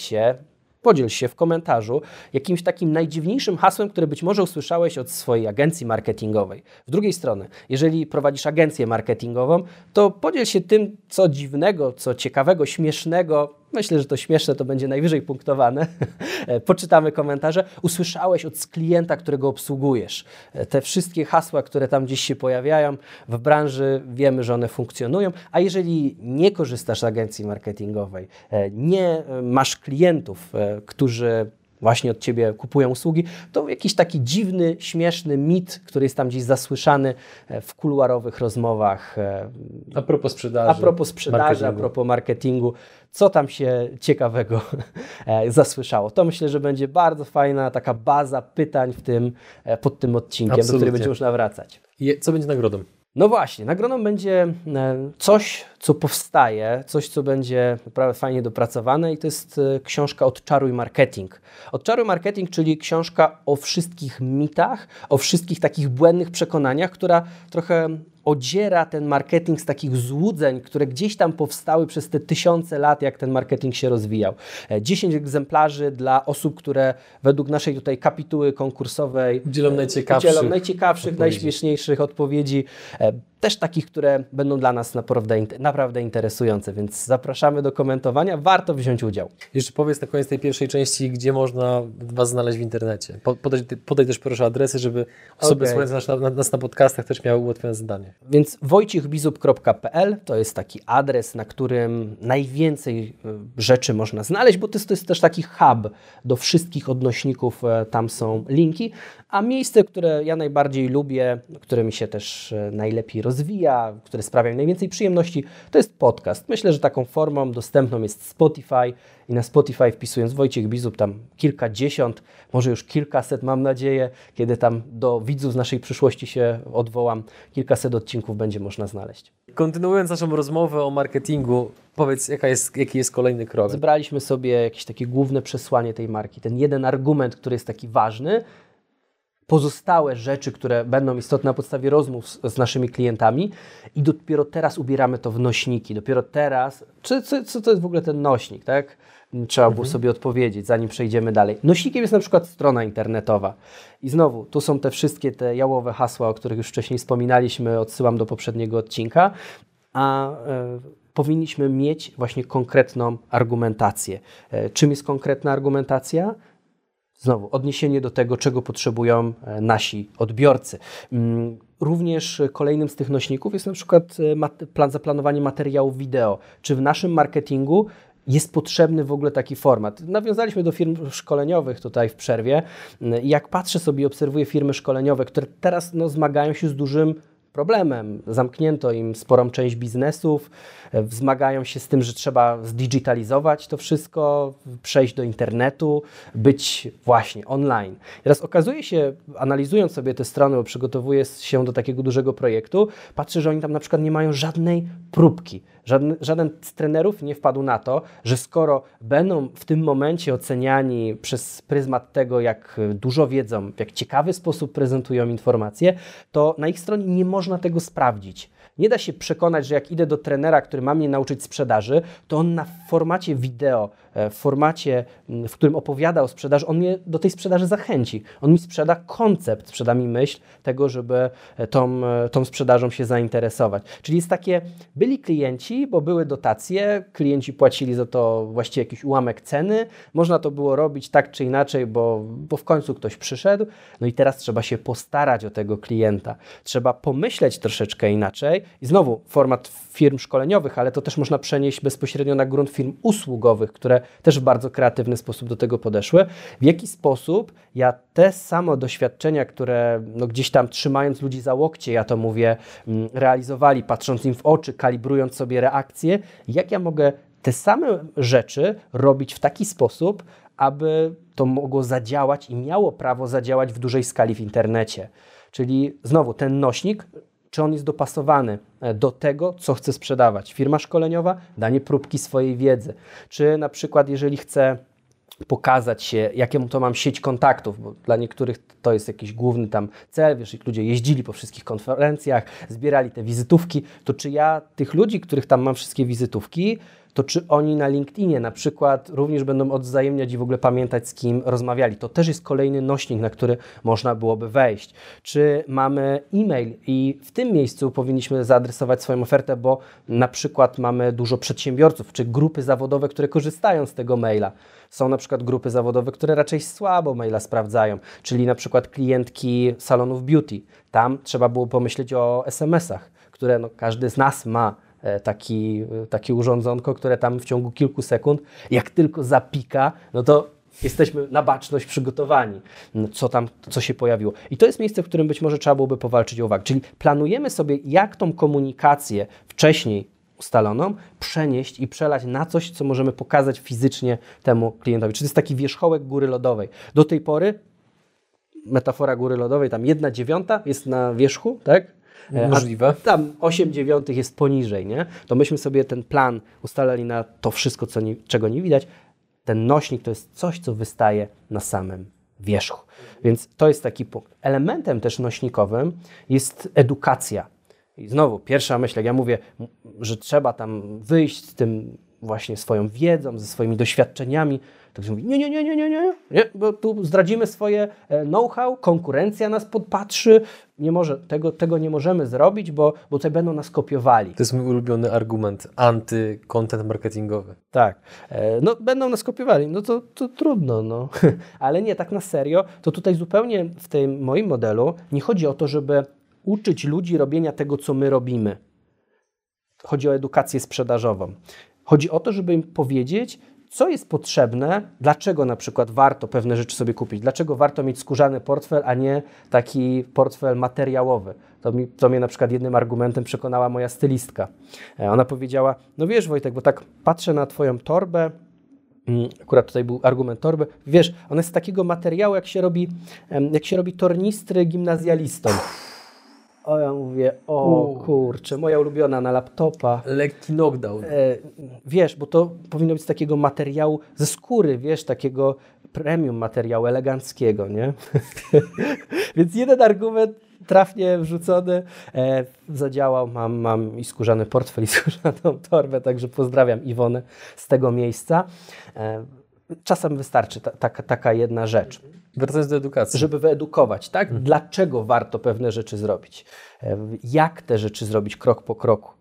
się w komentarzu jakimś takim najdziwniejszym hasłem, które być może usłyszałeś od swojej agencji marketingowej. Z drugiej strony, jeżeli prowadzisz agencję marketingową, to podziel się tym, co dziwnego, co ciekawego, śmiesznego, myślę, że to śmieszne to będzie najwyżej punktowane, poczytamy komentarze, usłyszałeś od klienta, którego obsługujesz. Te wszystkie hasła, które tam gdzieś się pojawiają w branży, wiemy, że one funkcjonują, a jeżeli nie korzystasz z agencji marketingowej, nie masz klientów, którzy właśnie od Ciebie kupują usługi, to jakiś taki dziwny, śmieszny mit, który jest tam gdzieś zasłyszany w kuluarowych rozmowach. A propos sprzedaży, a propos marketingu, co tam się ciekawego zasłyszało. To myślę, że będzie bardzo fajna taka baza pytań pod tym odcinkiem, do której będzie można wracać. I co będzie nagrodą? No właśnie, nagrodą będzie coś, co powstaje, coś, co będzie naprawdę fajnie dopracowane i to jest książka Odczaruj Marketing. Odczaruj Marketing, czyli książka o wszystkich mitach, o wszystkich takich błędnych przekonaniach, która trochę odziera ten marketing z takich złudzeń, które gdzieś tam powstały przez te tysiące lat, jak ten marketing się rozwijał. 10 egzemplarzy dla osób, które według naszej tutaj kapituły konkursowej udzielą najciekawszych, najśmieszniejszych odpowiedzi. Też takich, które będą dla nas naprawdę interesujące, więc zapraszamy do komentowania. Warto wziąć udział. Jeszcze powiedz na koniec tej pierwszej części, gdzie można Was znaleźć w internecie. Podaj też proszę adresy, żeby osoby słuchające nas na podcastach też miały ułatwione zadanie. Więc wojciechbizub.pl to jest taki adres, na którym najwięcej rzeczy można znaleźć, bo to jest też taki hub do wszystkich odnośników, tam są linki, a miejsce, które ja najbardziej lubię, które mi się też najlepiej rozwija, które sprawia mi najwięcej przyjemności, to jest podcast. Myślę, że taką formą dostępną jest Spotify i na Spotify wpisując Wojciech Bizub, tam kilkadziesiąt, może już kilkaset, mam nadzieję, kiedy tam do widzów z naszej przyszłości się odwołam, kilkaset odcinków będzie można znaleźć. Kontynuując naszą rozmowę o marketingu, powiedz, jaki jest kolejny krok? Zebraliśmy sobie jakieś takie główne przesłanie tej marki, ten jeden argument, który jest taki ważny. pozostałe rzeczy, które będą istotne na podstawie rozmów z naszymi klientami i dopiero teraz ubieramy to w nośniki. Dopiero teraz, co to jest w ogóle ten nośnik, tak? Trzeba było sobie odpowiedzieć, zanim przejdziemy dalej. Nośnikiem jest na przykład strona internetowa. I znowu, tu są te wszystkie te jałowe hasła, o których już wcześniej wspominaliśmy, odsyłam do poprzedniego odcinka, a powinniśmy mieć właśnie konkretną argumentację. Czym jest konkretna argumentacja? Znowu, odniesienie do tego, czego potrzebują nasi odbiorcy. Również kolejnym z tych nośników jest na przykład zaplanowanie materiałów wideo. Czy w naszym marketingu jest potrzebny w ogóle taki format? Nawiązaliśmy do firm szkoleniowych tutaj w przerwie. Jak patrzę sobie i obserwuję firmy szkoleniowe, które teraz zmagają się z dużym problemem. Zamknięto im sporą część biznesów, zmagają się z tym, że trzeba zdigitalizować to wszystko, przejść do internetu, być właśnie online. Teraz okazuje się, analizując sobie te strony, bo przygotowuję się do takiego dużego projektu, patrzę, że oni tam na przykład nie mają żadnej próbki. Żaden z trenerów nie wpadł na to, że skoro będą w tym momencie oceniani przez pryzmat tego, jak dużo wiedzą, w jak ciekawy sposób prezentują informacje, to na ich stronie nie można tego sprawdzić. Nie da się przekonać, że jak idę do trenera, który ma mnie nauczyć sprzedaży, to on na formacie wideo, w formacie, w którym opowiada o sprzedaży, on mnie do tej sprzedaży zachęci. On mi sprzeda koncept, sprzeda mi myśl tego, żeby tą sprzedażą się zainteresować. Czyli jest takie, byli klienci, bo były dotacje, klienci płacili za to właściwie jakiś ułamek ceny, można to było robić tak czy inaczej, bo w końcu ktoś przyszedł, no i teraz trzeba się postarać o tego klienta. Trzeba pomyśleć troszeczkę inaczej i znowu format firm szkoleniowych, ale to też można przenieść bezpośrednio na grunt firm usługowych, które też w bardzo kreatywny sposób do tego podeszły. W jaki sposób ja te samo doświadczenia, które gdzieś tam trzymając ludzi za łokcie, ja to mówię, realizowali, patrząc im w oczy, kalibrując sobie reakcje, jak ja mogę te same rzeczy robić w taki sposób, aby to mogło zadziałać i miało prawo zadziałać w dużej skali w internecie. Czyli znowu ten nośnik, czy on jest dopasowany do tego, co chce sprzedawać. Firma szkoleniowa, danie próbki swojej wiedzy. Czy na przykład, jeżeli chcę pokazać się, jaką to mam sieć kontaktów, bo dla niektórych to jest jakiś główny tam cel, wiesz, jak ludzie jeździli po wszystkich konferencjach, zbierali te wizytówki, to czy ja tych ludzi, których tam mam wszystkie wizytówki, to czy oni na LinkedInie na przykład również będą odwzajemniać i w ogóle pamiętać, z kim rozmawiali. To też jest kolejny nośnik, na który można byłoby wejść. Czy mamy e-mail i w tym miejscu powinniśmy zaadresować swoją ofertę, bo na przykład mamy dużo przedsiębiorców, czy grupy zawodowe, które korzystają z tego maila. Są na przykład grupy zawodowe, które raczej słabo maila sprawdzają, czyli na przykład klientki salonów beauty. Tam trzeba było pomyśleć o SMS-ach, które każdy z nas ma. Takie urządzonko, które tam w ciągu kilku sekund, jak tylko zapika, no to jesteśmy na baczność przygotowani, co się pojawiło. I to jest miejsce, w którym być może trzeba byłoby powalczyć o uwagę. Czyli planujemy sobie, jak tą komunikację wcześniej ustaloną przenieść i przelać na coś, co możemy pokazać fizycznie temu klientowi. Czyli to jest taki wierzchołek góry lodowej. Do tej pory metafora góry lodowej, tam 1/9 jest na wierzchu, tak? Możliwe. Tam 8/9 jest poniżej, nie? To myśmy sobie ten plan ustalali na to wszystko, czego nie widać. Ten nośnik to jest coś, co wystaje na samym wierzchu. Więc to jest taki punkt. Elementem też nośnikowym jest edukacja. I znowu, pierwsza myśl, jak ja mówię, że trzeba tam wyjść z tym właśnie swoją wiedzą, ze swoimi doświadczeniami, to ktoś mówi, nie, bo tu zdradzimy swoje know-how, konkurencja nas podpatrzy, tego nie możemy zrobić, bo tutaj będą nas kopiowali. To jest mój ulubiony argument anty-content marketingowy. Tak, będą nas kopiowali, to trudno, ale nie, tak na serio, to tutaj zupełnie w tym moim modelu nie chodzi o to, żeby uczyć ludzi robienia tego, co my robimy. Chodzi o edukację sprzedażową. Chodzi o to, żeby im powiedzieć, co jest potrzebne, dlaczego na przykład warto pewne rzeczy sobie kupić, dlaczego warto mieć skórzany portfel, a nie taki portfel materiałowy. To mnie na przykład jednym argumentem przekonała moja stylistka. Ona powiedziała, no wiesz Wojtek, bo tak patrzę na twoją torbę, akurat tutaj był argument torby, wiesz, ona jest z takiego materiału, jak się robi tornistry gimnazjalistom. O, ja mówię, kurczę, moja ulubiona na laptopa. Lekki knockdown. Wiesz, bo to powinno być z takiego materiału, ze skóry, wiesz, takiego premium materiału eleganckiego, nie? Więc jeden argument trafnie wrzucony, zadziałał, mam i skórzany portfel, i skórzaną torbę, także pozdrawiam Iwonę z tego miejsca. Czasem wystarczy taka jedna rzecz. Wracając do edukacji. Żeby wyedukować, tak? Dlaczego warto pewne rzeczy zrobić? Jak te rzeczy zrobić krok po kroku?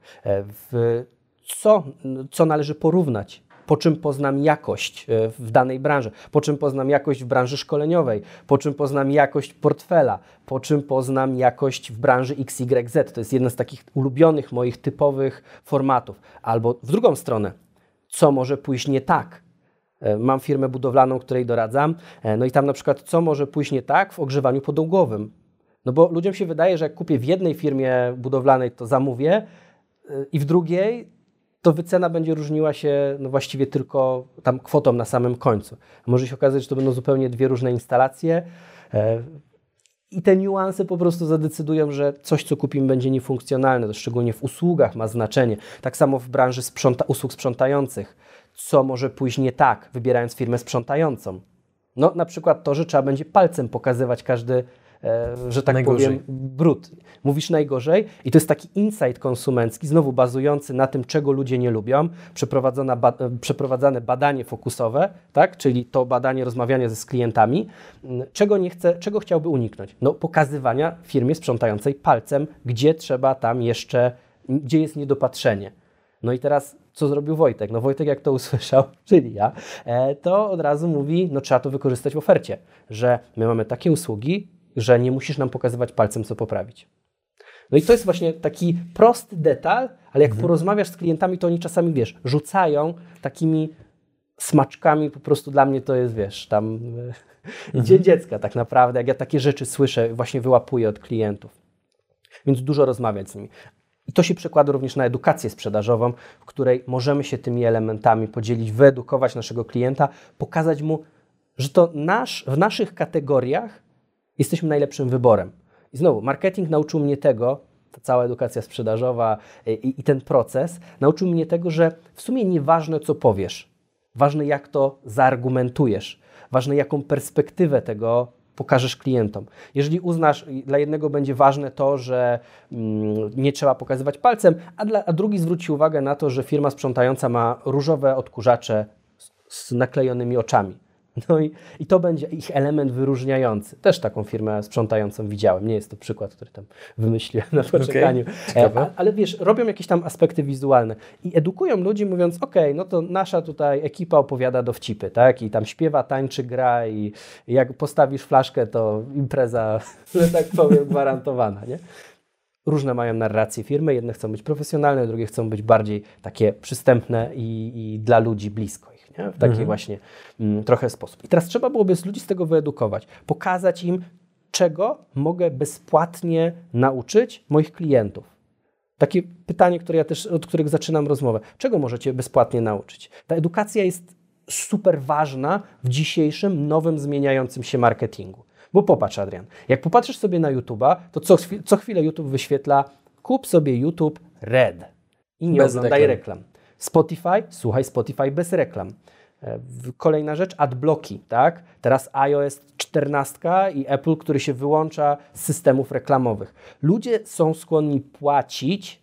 Co należy porównać? Po czym poznam jakość w danej branży? Po czym poznam jakość w branży szkoleniowej? Po czym poznam jakość portfela? Po czym poznam jakość w branży XYZ? To jest jeden z takich ulubionych moich typowych formatów. Albo w drugą stronę, co może pójść nie tak? Mam firmę budowlaną, której doradzam, no i tam na przykład co może pójść nie tak w ogrzewaniu podłogowym. No bo ludziom się wydaje, że jak kupię w jednej firmie budowlanej, to zamówię i w drugiej to wycena będzie różniła się no właściwie tylko tam kwotą na samym końcu. Może się okazać, że to będą zupełnie dwie różne instalacje i te niuanse po prostu zadecydują, że coś, co kupimy, będzie niefunkcjonalne. To szczególnie w usługach ma znaczenie. Tak samo w branży usług sprzątających. Co może pójść nie tak, wybierając firmę sprzątającą? No na przykład to, że trzeba będzie palcem pokazywać każdy, że tak powiem, brud. Mówisz najgorzej i to jest taki insight konsumencki, znowu bazujący na tym, czego ludzie nie lubią, przeprowadzane badanie fokusowe, tak? Czyli to badanie rozmawiania z klientami, czego chciałby uniknąć? No pokazywania firmie sprzątającej palcem, gdzie trzeba tam jeszcze, gdzie jest niedopatrzenie. No i teraz co zrobił Wojtek? No Wojtek jak to usłyszał, czyli ja, to od razu mówi, no trzeba to wykorzystać w ofercie, że my mamy takie usługi, że nie musisz nam pokazywać palcem, co poprawić. No i to jest właśnie taki prosty detal, ale jak porozmawiasz z klientami, to oni czasami, wiesz, rzucają takimi smaczkami, po prostu dla mnie to jest, wiesz, tam dzień dziecka tak naprawdę, jak ja takie rzeczy słyszę, właśnie wyłapuję od klientów. Więc dużo rozmawiać z nimi. I to się przekłada również na edukację sprzedażową, w której możemy się tymi elementami podzielić, wyedukować naszego klienta, pokazać mu, że to w naszych kategoriach jesteśmy najlepszym wyborem. I znowu, marketing nauczył mnie tego, ta cała edukacja sprzedażowa i ten proces, nauczył mnie tego, że w sumie nieważne, co powiesz, ważne, jak to zaargumentujesz, ważne, jaką perspektywę tego pokażesz klientom. Jeżeli uznasz, dla jednego będzie ważne to, że nie trzeba pokazywać palcem, a drugi zwróci uwagę na to, że firma sprzątająca ma różowe odkurzacze z naklejonymi oczami. No i to będzie ich element wyróżniający. Też taką firmę sprzątającą widziałem. Nie jest to przykład, który tam wymyśliłem na poczekaniu. Ale wiesz, robią jakieś tam aspekty wizualne i edukują ludzi, mówiąc, no to nasza tutaj ekipa opowiada dowcipy, tak? I tam śpiewa, tańczy, gra i jak postawisz flaszkę, to impreza, że tak powiem, gwarantowana, nie? Różne mają narracje firmy. Jedne chcą być profesjonalne, drugie chcą być bardziej takie przystępne i dla ludzi blisko. W taki właśnie trochę sposób. I teraz trzeba byłoby ludzi z tego wyedukować, pokazać im, czego mogę bezpłatnie nauczyć moich klientów. Takie pytanie, które ja też, od którego zaczynam rozmowę. Czego możecie bezpłatnie nauczyć? Ta edukacja jest super ważna w dzisiejszym, nowym, zmieniającym się marketingu. Bo popatrz, Adrian, jak popatrzysz sobie na YouTube'a, to co chwilę YouTube wyświetla, kup sobie YouTube Red i nie oglądaj reklam. Spotify, słuchaj Spotify bez reklam. Kolejna rzecz, adblocki, tak? Teraz iOS 14 i Apple, który się wyłącza z systemów reklamowych. Ludzie są skłonni płacić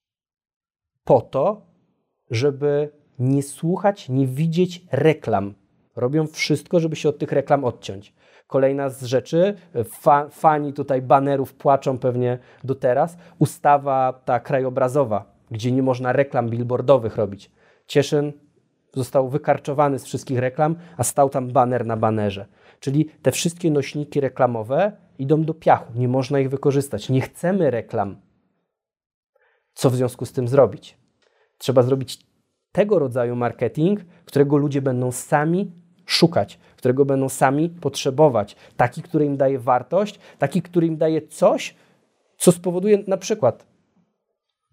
po to, żeby nie słuchać, nie widzieć reklam. Robią wszystko, żeby się od tych reklam odciąć. Kolejna z rzeczy, fani tutaj banerów płaczą pewnie do teraz, ustawa ta krajobrazowa, gdzie nie można reklam billboardowych robić. Cieszyn został wykarczowany z wszystkich reklam, a stał tam baner na banerze. Czyli te wszystkie nośniki reklamowe idą do piachu. Nie można ich wykorzystać. Nie chcemy reklam. Co w związku z tym zrobić? Trzeba zrobić tego rodzaju marketing, którego ludzie będą sami szukać, którego będą sami potrzebować. Taki, który im daje wartość, taki, który im daje coś, co spowoduje na przykład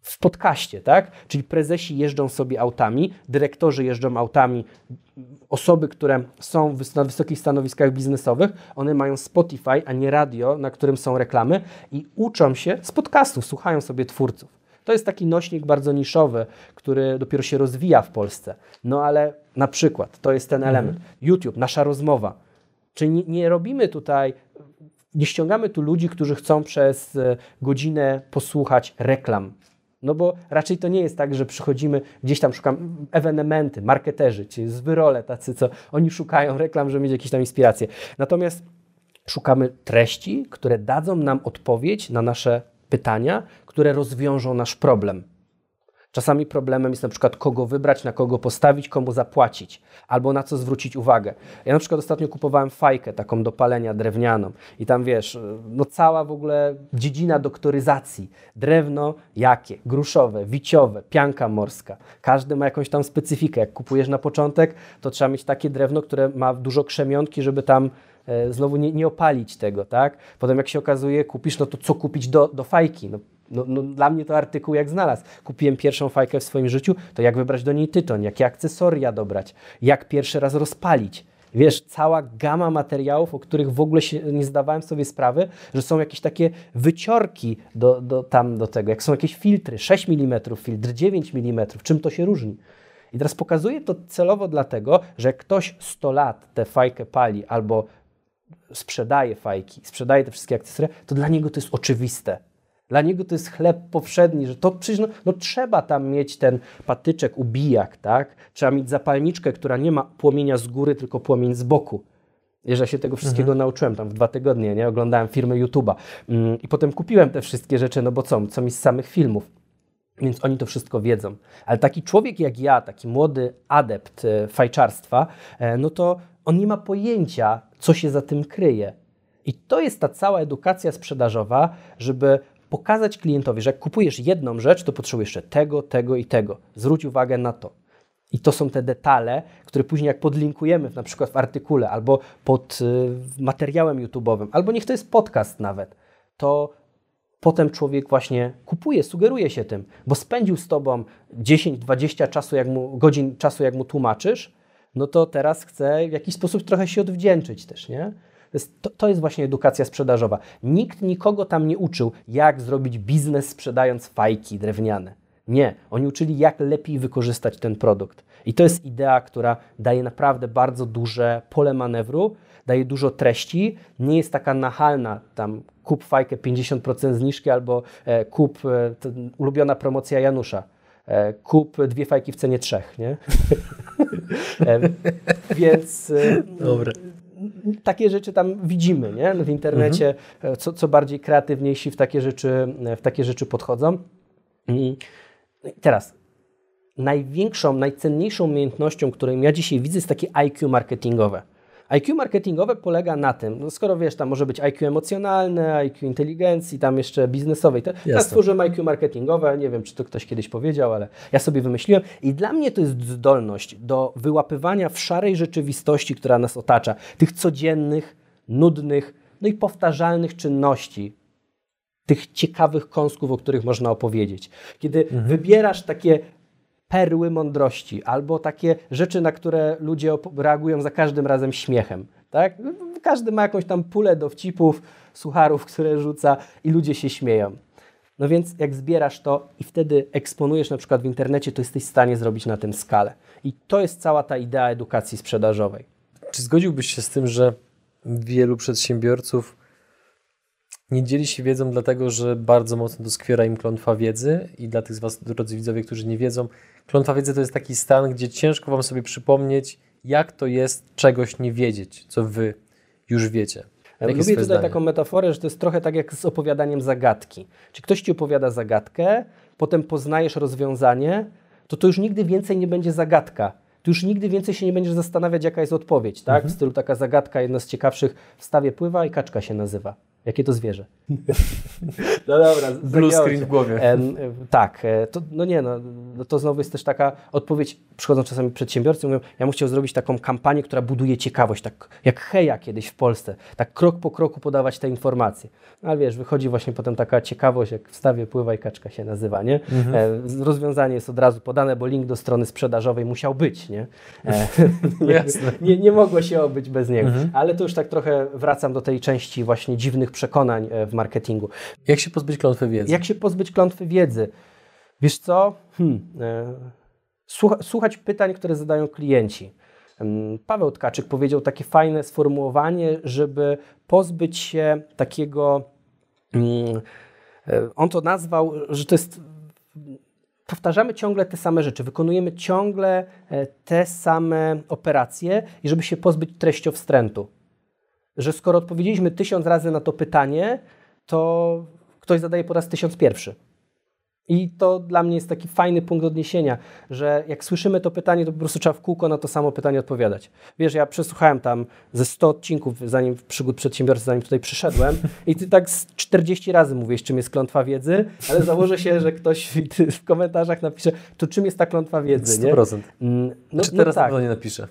w podcaście, tak? Czyli prezesi jeżdżą sobie autami, dyrektorzy jeżdżą autami, osoby, które są na wysokich stanowiskach biznesowych, one mają Spotify, a nie radio, na którym są reklamy i uczą się z podcastów, słuchają sobie twórców. To jest taki nośnik bardzo niszowy, który dopiero się rozwija w Polsce. No ale na przykład, to jest ten element. YouTube, nasza rozmowa. Czyli nie robimy tutaj, nie ściągamy tu ludzi, którzy chcą przez godzinę posłuchać reklam. No bo raczej to nie jest tak, że przychodzimy, gdzieś tam szukamy ewenementy, marketerzy, czyli zwyrole tacy, co oni szukają reklam, żeby mieć jakieś tam inspiracje. Natomiast szukamy treści, które dadzą nam odpowiedź na nasze pytania, które rozwiążą nasz problem. Czasami problemem jest na przykład kogo wybrać, na kogo postawić, komu zapłacić, albo na co zwrócić uwagę. Ja na przykład ostatnio kupowałem fajkę taką do palenia drewnianą i tam wiesz, no cała w ogóle dziedzina doktoryzacji. Drewno jakie? Gruszowe, wiciowe, pianka morska. Każdy ma jakąś tam specyfikę. Jak kupujesz na początek, to trzeba mieć takie drewno, które ma dużo krzemionki, żeby tam znowu nie opalić tego, tak? Potem jak się okazuje, kupisz, no to co kupić do fajki? No, dla mnie to artykuł jak znalazł. Kupiłem pierwszą fajkę w swoim życiu, to jak wybrać do niej tytoń, jakie akcesoria dobrać, jak pierwszy raz rozpalić. Wiesz, cała gama materiałów, o których w ogóle się nie zdawałem sobie sprawy, że są jakieś takie wyciorki do tego, jak są jakieś filtry, 6 mm filtr, 9 mm, czym to się różni. I teraz pokazuję to celowo dlatego, że jak ktoś 100 lat tę fajkę pali albo sprzedaje fajki, sprzedaje te wszystkie akcesoria, to dla niego to jest oczywiste. Dla niego to jest chleb powszedni, że to przecież no trzeba tam mieć ten patyczek, ubijak, tak? Trzeba mieć zapalniczkę, która nie ma płomienia z góry, tylko płomień z boku. Wiesz, ja się tego wszystkiego nauczyłem tam w 2 tygodnie, nie? Oglądałem filmy YouTube'a i potem kupiłem te wszystkie rzeczy, no bo co mi z samych filmów. Więc oni to wszystko wiedzą. Ale taki człowiek jak ja, taki młody adept fajczarstwa, no to on nie ma pojęcia, co się za tym kryje. I to jest ta cała edukacja sprzedażowa, żeby pokazać klientowi, że jak kupujesz jedną rzecz, to potrzebujesz jeszcze tego i tego. Zwróć uwagę na to. I to są te detale, które później jak podlinkujemy na przykład w artykule albo pod materiałem YouTube'owym, albo niech to jest podcast nawet, to potem człowiek właśnie kupuje, sugeruje się tym, bo spędził z tobą 10-20 godzin czasu, jak mu tłumaczysz, no to teraz chce w jakiś sposób trochę się odwdzięczyć też, nie? To jest właśnie edukacja sprzedażowa. Nikt nikogo tam nie uczył, jak zrobić biznes sprzedając fajki drewniane. Nie, oni uczyli, jak lepiej wykorzystać ten produkt. I to jest idea, która daje naprawdę bardzo duże pole manewru, daje dużo treści, nie jest taka nachalna, tam kup fajkę 50% zniżki albo kup, ulubiona promocja Janusza, kup 2 fajki w cenie 3, nie? Więc Dobre. Takie rzeczy tam widzimy, nie? W internecie, co bardziej kreatywniejsi w takie rzeczy podchodzą. I teraz najcenniejszą umiejętnością, którą ja dzisiaj widzę, jest takie IQ marketingowe. IQ marketingowe polega na tym, no skoro wiesz, tam może być IQ emocjonalne, IQ inteligencji, tam jeszcze biznesowej. Ja stworzyłem IQ marketingowe, nie wiem, czy to ktoś kiedyś powiedział, ale ja sobie wymyśliłem i dla mnie to jest zdolność do wyłapywania w szarej rzeczywistości, która nas otacza, tych codziennych, nudnych, no i powtarzalnych czynności, tych ciekawych kąsków, o których można opowiedzieć. Kiedy wybierasz takie perły mądrości albo takie rzeczy, na które ludzie reagują za każdym razem śmiechem. Tak? Każdy ma jakąś tam pulę dowcipów, sucharów, które rzuca i ludzie się śmieją. No więc jak zbierasz to i wtedy eksponujesz na przykład w internecie, to jesteś w stanie zrobić na tym skalę. I to jest cała ta idea edukacji sprzedażowej. Czy zgodziłbyś się z tym, że wielu przedsiębiorców nie dzieli się wiedzą dlatego, że bardzo mocno doskwiera im klątwa wiedzy i dla tych z Was, drodzy widzowie, którzy nie wiedzą, klątwa wiedzy to jest taki stan, gdzie ciężko Wam sobie przypomnieć, jak to jest czegoś nie wiedzieć, co Wy już wiecie. Lubię tutaj taką metaforę, że to jest trochę tak jak z opowiadaniem zagadki. Czy ktoś Ci opowiada zagadkę, potem poznajesz rozwiązanie, to już nigdy więcej nie będzie zagadka. Ty już nigdy więcej się nie będziesz zastanawiać, jaka jest odpowiedź. Tak? W stylu taka zagadka, jedna z ciekawszych, w stawie pływa i kaczka się nazywa. Jakie to zwierzę? No dobra, blue screen w głowie. Tak, to znowu jest też taka odpowiedź, przychodzą czasami przedsiębiorcy i mówią, ja bym chciał zrobić taką kampanię, która buduje ciekawość, tak jak Heja kiedyś w Polsce, tak krok po kroku podawać te informacje. Ale wiesz, wychodzi właśnie potem taka ciekawość, jak wstawię Pływaj Kaczka się nazywa, nie? Rozwiązanie jest od razu podane, bo link do strony sprzedażowej musiał być, nie? Nie mogło się obyć bez niego. Ale to już tak trochę wracam do tej części właśnie dziwnych przekonań w marketingu. Jak się pozbyć klątwy wiedzy? Jak się pozbyć klątwy wiedzy? Wiesz co? Słuchać pytań, które zadają klienci. Paweł Tkaczyk powiedział takie fajne sformułowanie, żeby pozbyć się takiego, on to nazwał, że to jest, powtarzamy ciągle te same rzeczy, wykonujemy ciągle te same operacje i żeby się pozbyć treściowstrętu. Że skoro odpowiedzieliśmy 1000 razy na to pytanie, to ktoś zadaje po raz 1001. I to dla mnie jest taki fajny punkt odniesienia, że jak słyszymy to pytanie, to po prostu trzeba w kółko na to samo pytanie odpowiadać. Wiesz, ja przesłuchałem tam ze 100 odcinków przygód przedsiębiorcy, zanim tutaj przyszedłem i ty tak z 40 razy mówisz, czym jest klątwa wiedzy, ale założę się, że ktoś w komentarzach napisze, to czym jest ta klątwa wiedzy, 100%. nie? Czy teraz tak. Na pewno nie napiszę?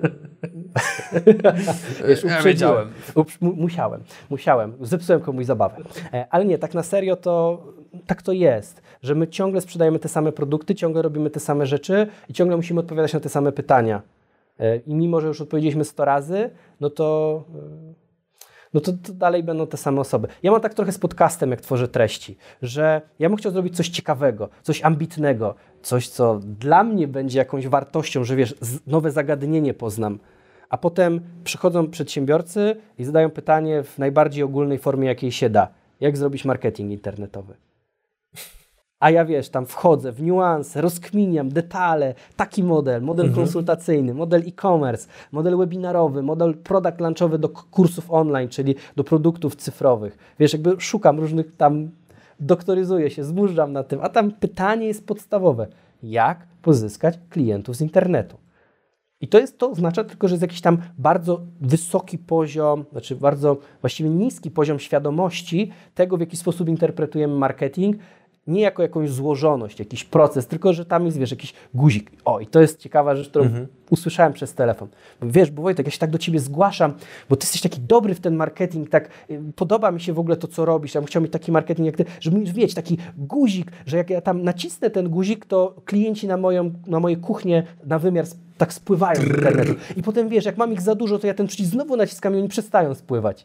Wiesz, ja wiedziałem. Musiałem. Zepsułem komuś zabawę. Ale nie, tak na serio to tak to jest, że my ciągle sprzedajemy te same produkty, ciągle robimy te same rzeczy i ciągle musimy odpowiadać na te same pytania. I mimo, że już odpowiedzieliśmy 100 razy, no to dalej będą te same osoby. Ja mam tak trochę z podcastem, jak tworzę treści, że ja bym chciał zrobić coś ciekawego, coś ambitnego, coś, co dla mnie będzie jakąś wartością, że wiesz, nowe zagadnienie poznam. A potem przychodzą przedsiębiorcy i zadają pytanie w najbardziej ogólnej formie, jakiej się da. Jak zrobić marketing internetowy? A ja wiesz, tam wchodzę w niuanse, rozkminiam, detale, taki model konsultacyjny, model e-commerce, model webinarowy, model product launchowy do kursów online, czyli do produktów cyfrowych. Wiesz, jakby szukam różnych tam, doktoryzuję się, zburzam na tym, a tam pytanie jest podstawowe. Jak pozyskać klientów z internetu? I to oznacza tylko, że jest jakiś tam bardzo wysoki poziom, znaczy bardzo właściwie niski poziom świadomości tego, w jaki sposób interpretujemy marketing, nie jako jakąś złożoność, jakiś proces, tylko że tam jest, wiesz, jakiś guzik. O, i to jest ciekawa rzecz, którą usłyszałem przez telefon. Wiesz, bo Wojtek, ja się tak do Ciebie zgłaszam, bo Ty jesteś taki dobry w ten marketing, tak podoba mi się w ogóle to, co robisz, ja bym chciał mieć taki marketing jak Ty, żeby mieć, wiecie, taki guzik, że jak ja tam nacisnę ten guzik, to klienci na moje kuchnie, na wymiar tak spływają z internetu. I potem, wiesz, jak mam ich za dużo, to ja ten przycisk znowu naciskam i oni przestają spływać.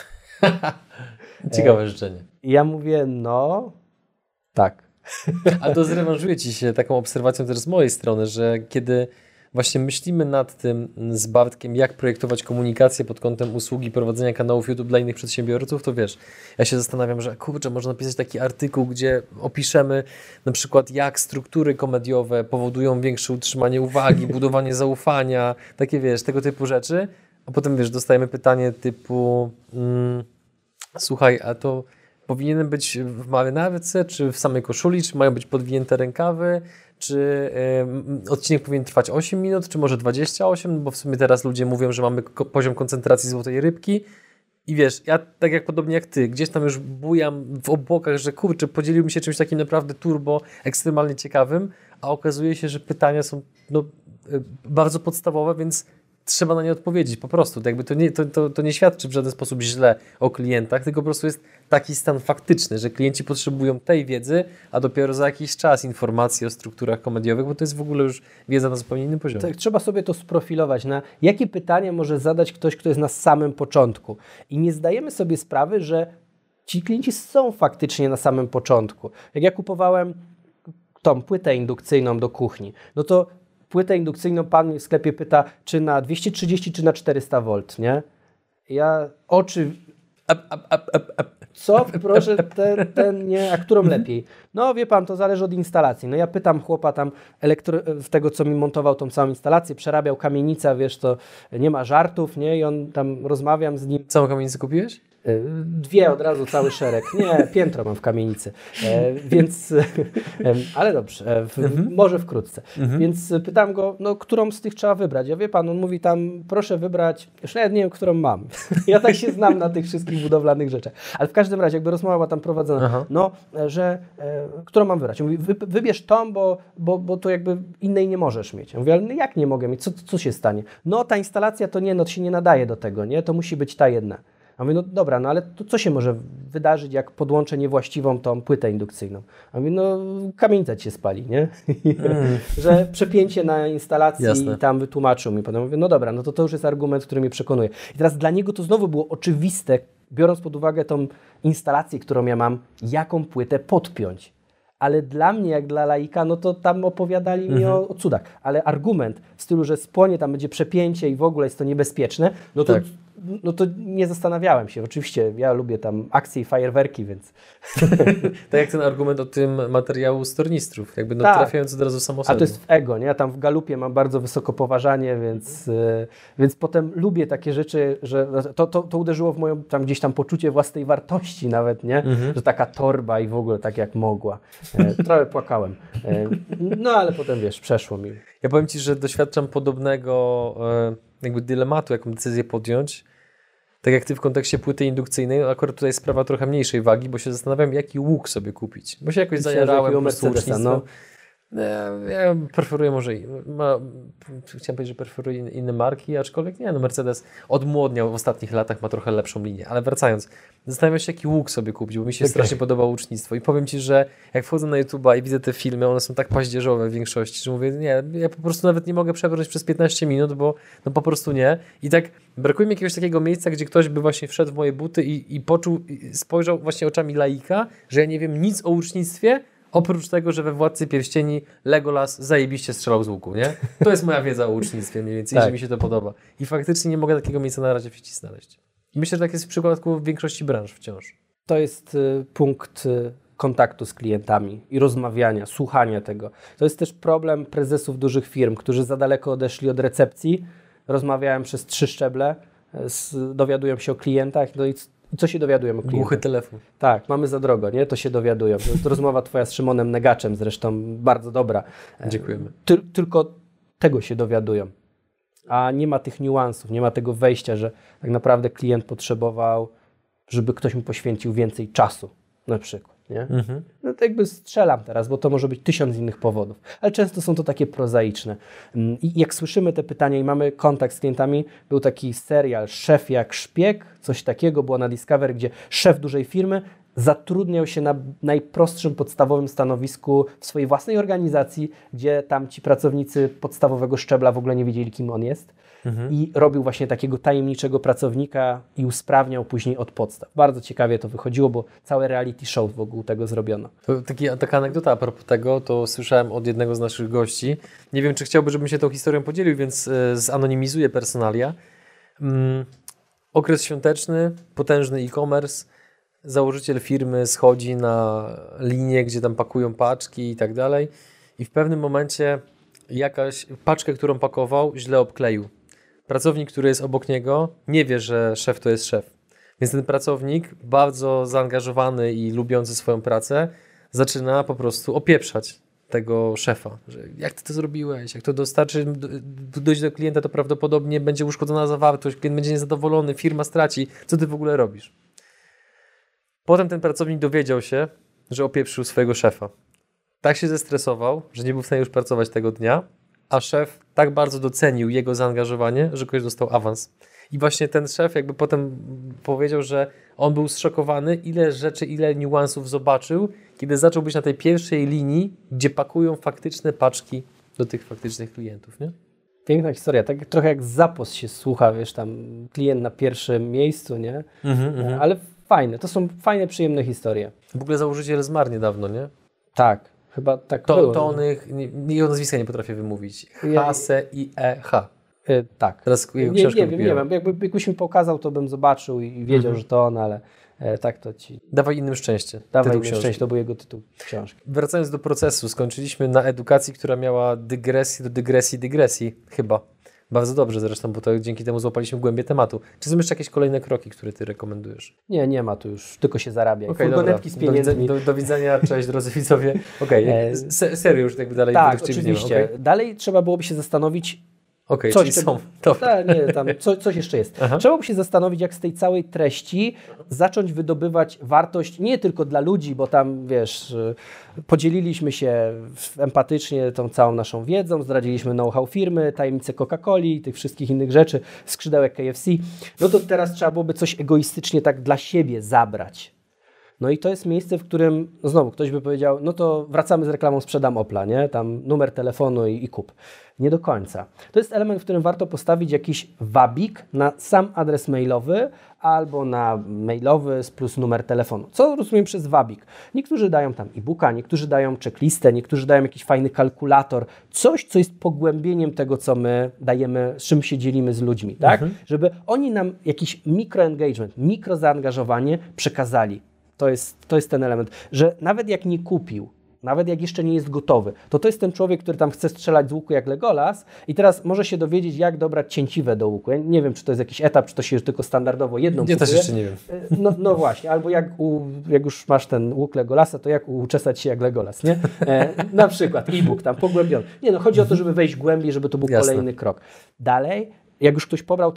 Ciekawe życzenie. I ja mówię, no... Tak. A to zrewanżuje Ci się taką obserwacją też z mojej strony, że kiedy właśnie myślimy nad tym z Bartkiem, jak projektować komunikację pod kątem usługi prowadzenia kanałów YouTube dla innych przedsiębiorców, to wiesz, ja się zastanawiam, że kurczę, można napisać taki artykuł, gdzie opiszemy na przykład, jak struktury komediowe powodują większe utrzymanie uwagi, budowanie zaufania, takie wiesz, tego typu rzeczy, a potem wiesz, dostajemy pytanie typu słuchaj, a to powinienem być w marynarce, czy w samej koszuli, czy mają być podwinięte rękawy, czy odcinek powinien trwać 8 minut, czy może 28, bo w sumie teraz ludzie mówią, że mamy poziom koncentracji złotej rybki i wiesz, ja tak jak podobnie jak Ty, gdzieś tam już bujam w obłokach, że kurczę, podzieliłbym się czymś takim naprawdę turbo, ekstremalnie ciekawym, a okazuje się, że pytania są bardzo podstawowe, więc trzeba na nie odpowiedzieć po prostu. To, jakby to nie świadczy w żaden sposób źle o klientach, tylko po prostu jest taki stan faktyczny, że klienci potrzebują tej wiedzy, a dopiero za jakiś czas informacji o strukturach komediowych, bo to jest w ogóle już wiedza na zupełnie innym poziomie. Tak, trzeba sobie to sprofilować. Na jakie pytanie może zadać ktoś, kto jest na samym początku. I nie zdajemy sobie sprawy, że ci klienci są faktycznie na samym początku. Jak ja kupowałem tą płytę indukcyjną do kuchni, no to płytę indukcyjną pan mnie w sklepie pyta, czy na 230, czy na 400 V, nie? Ja oczy... Co? Proszę, ten nie, a którą lepiej? No wie pan, to zależy od instalacji. No ja pytam chłopa tam, tego co mi montował tą całą instalację, przerabiał kamienicę, wiesz, to nie ma żartów, nie? I on tam, rozmawiam z nim. Całą kamienicę kupiłeś? 2 od razu, cały szereg. Nie, piętro mam w kamienicy. Więc, ale dobrze, może wkrótce. Więc pytam go, no którą z tych trzeba wybrać? Ja wie pan, on mówi tam, proszę wybrać, już nawet nie wiem, którą mam. Ja tak się znam na tych wszystkich budowlanych rzeczach. Ale w każdym razie, jakby rozmowa była tam prowadzona, no, że którą mam wybrać? On mówi, wybierz tą, bo to jakby innej nie możesz mieć. Ja mówię, ale jak nie mogę mieć? Co się stanie? No ta instalacja to nie, no to się nie nadaje do tego, nie? To musi być ta jedna. A mówię, no dobra, no ale to co się może wydarzyć, jak podłączę niewłaściwą tą płytę indukcyjną? A mówię, no kamienica ci się spali, nie? Że przepięcie na instalacji i tam wytłumaczył mi. Potem mówię, no dobra, no to już jest argument, który mnie przekonuje. I teraz dla niego to znowu było oczywiste, biorąc pod uwagę tą instalację, którą ja mam, jaką płytę podpiąć. Ale dla mnie, jak dla laika, no to tam opowiadali mi o cudach. Ale argument w stylu, że spłonie, tam będzie przepięcie i w ogóle jest to niebezpieczne, no to, no to nie zastanawiałem się. Oczywiście ja lubię tam akcje i fajerwerki, więc... Tak jak ten argument o tym materiału z tornistrów, jakby trafiając od razu samochodem. A to jest w ego, nie? Ja tam w galupie mam bardzo wysoko poważanie, więc potem lubię takie rzeczy, że to uderzyło w moją tam gdzieś tam poczucie własnej wartości nawet, nie? Że taka torba i w ogóle tak jak mogła. Trochę płakałem. No ale potem wiesz, przeszło mi. Ja powiem Ci, że doświadczam podobnego jakby dylematu, jaką decyzję podjąć. Tak jak Ty w kontekście płyty indukcyjnej, akurat tutaj jest sprawa trochę mniejszej wagi, bo się zastanawiam, jaki łuk sobie kupić. Bo się jakoś zajarałem po prostu łucznictwem. Ja preferuję może, chciałem powiedzieć, że preferuję inne marki, aczkolwiek nie, no Mercedes odmłodniał w ostatnich latach, ma trochę lepszą linię, ale wracając, zastanawiam się, jaki łuk sobie kupić, bo mi się strasznie podoba łucznictwo i powiem Ci, że jak wchodzę na YouTube'a i widzę te filmy, one są tak paździerzowe w większości, że mówię, nie, ja po prostu nawet nie mogę przebrnąć przez 15 minut, bo no po prostu nie i tak brakuje mi jakiegoś takiego miejsca, gdzie ktoś by właśnie wszedł w moje buty i poczuł, spojrzał właśnie oczami laika, że ja nie wiem nic o łucznictwie, oprócz tego, że we Władcy Pierścieni Legolas zajebiście strzelał z łuku, nie? To jest moja wiedza o łucznictwie mniej więcej, że mi się to podoba. I faktycznie nie mogę takiego miejsca na razie w sieci znaleźć. I myślę, że tak jest w przypadku większości branż wciąż. To jest punkt kontaktu z klientami i rozmawiania, słuchania tego. To jest też problem prezesów dużych firm, którzy za daleko odeszli od recepcji, rozmawiają przez 3 szczeble, dowiadują się o klientach, no i co się dowiadujemy o klientach? Głuchy telefon. Tak, mamy za drogo, nie? To się dowiadują. To rozmowa twoja z Szymonem Negaczem zresztą bardzo dobra. Dziękujemy. Tylko tego się dowiadują. A nie ma tych niuansów, nie ma tego wejścia, że tak naprawdę klient potrzebował, żeby ktoś mu poświęcił więcej czasu, na przykład. Nie? No to jakby strzelam teraz, bo to może być 1000 innych powodów, ale często są to takie prozaiczne. I jak słyszymy te pytania i mamy kontakt z klientami, był taki serial Szef jak szpieg, coś takiego było na Discovery, gdzie szef dużej firmy zatrudniał się na najprostszym, podstawowym stanowisku w swojej własnej organizacji, gdzie tam ci pracownicy podstawowego szczebla w ogóle nie wiedzieli, kim on jest. I robił właśnie takiego tajemniczego pracownika i usprawniał później od podstaw. Bardzo ciekawie to wychodziło, bo całe reality show wokół tego zrobiono. Taka anegdota a propos tego, to słyszałem od jednego z naszych gości. Nie wiem, czy chciałby, żebym się tą historią podzielił, więc zanonimizuję personalia. Okres świąteczny, potężny e-commerce. Założyciel firmy schodzi na linię, gdzie tam pakują paczki i tak dalej. I w pewnym momencie jakaś paczkę, którą pakował, źle obkleił. Pracownik, który jest obok niego, nie wie, że szef to jest szef. Więc ten pracownik, bardzo zaangażowany i lubiący swoją pracę, zaczyna po prostu opieprzać tego szefa. Że jak ty to zrobiłeś, jak to dostarczy, dojść do klienta, to prawdopodobnie będzie uszkodzona zawartość, klient będzie niezadowolony, firma straci. Co ty w ogóle robisz? Potem ten pracownik dowiedział się, że opieprzył swojego szefa. Tak się zestresował, że nie był w stanie już pracować tego dnia, a szef tak bardzo docenił jego zaangażowanie, że ktoś dostał awans. I właśnie ten szef jakby potem powiedział, że on był zszokowany, ile rzeczy, ile niuansów zobaczył, kiedy zaczął być na tej pierwszej linii, gdzie pakują faktyczne paczki do tych faktycznych klientów, nie? Piękna historia, tak trochę jak Zappos się słucha, wiesz, tam klient na pierwszym miejscu, nie? Ale fajne, to są fajne, przyjemne historie. W ogóle założyciel zmarł niedawno, nie? Tak, chyba tak było. To jego nazwiska nie potrafię wymówić. H-S-I-E-H. Tak. Teraz nie wiem. Jakbyś mi pokazał, to bym zobaczył i wiedział, że to on, ale tak to ci... Dawaj innym szczęście. Dawaj innym szczęście, to był jego tytuł książki. Wracając do procesu, skończyliśmy na edukacji, która miała dygresję do dygresji chyba. Bardzo dobrze zresztą, bo to dzięki temu złapaliśmy głębię tematu. Czy są jeszcze jakieś kolejne kroki, które Ty rekomendujesz? Nie ma tu już, tylko się zarabia. Okay, furgonetki z pieniędzmi. Do widzenia, cześć drodzy widzowie. Serio już jakby dalej. Tak, oczywiście. Okay. Dalej trzeba byłoby się zastanowić, czyli są. Coś jeszcze jest. Aha. Trzeba by się zastanowić, jak z tej całej treści zacząć wydobywać wartość nie tylko dla ludzi, bo tam, wiesz, podzieliliśmy się empatycznie tą całą naszą wiedzą, zdradziliśmy know-how firmy, tajemnice Coca-Coli, tych wszystkich innych rzeczy, skrzydełek KFC. No to teraz trzeba byłoby coś egoistycznie tak dla siebie zabrać. No i to jest miejsce, w którym znowu ktoś by powiedział, no to wracamy z reklamą Sprzedam Opla, nie? Tam numer telefonu i kup. Nie do końca. To jest element, w którym warto postawić jakiś wabik na sam adres mailowy albo na mailowy plus numer telefonu. Co rozumiem przez wabik? Niektórzy dają tam e-booka, niektórzy dają checklistę, niektórzy dają jakiś fajny kalkulator, coś, co jest pogłębieniem tego, co my dajemy, z czym się dzielimy z ludźmi, tak? Żeby oni nam jakiś mikroengagement, mikrozaangażowanie przekazali. To jest ten element, że nawet jak nie kupił, nawet jak jeszcze nie jest gotowy, to jest ten człowiek, który tam chce strzelać z łuku jak Legolas i teraz może się dowiedzieć, jak dobrać cięciwę do łuku. Ja nie wiem, czy to jest jakiś etap, czy to się tylko standardowo jedną kupuje. Ja też jeszcze nie wiem. No właśnie, albo jak już masz ten łuk Legolasa, to jak uczesać się jak Legolas, nie? Na przykład e-book tam pogłębiony. Nie, no chodzi o to, żeby wejść głębiej, żeby to był kolejny krok. Dalej, jak już ktoś podał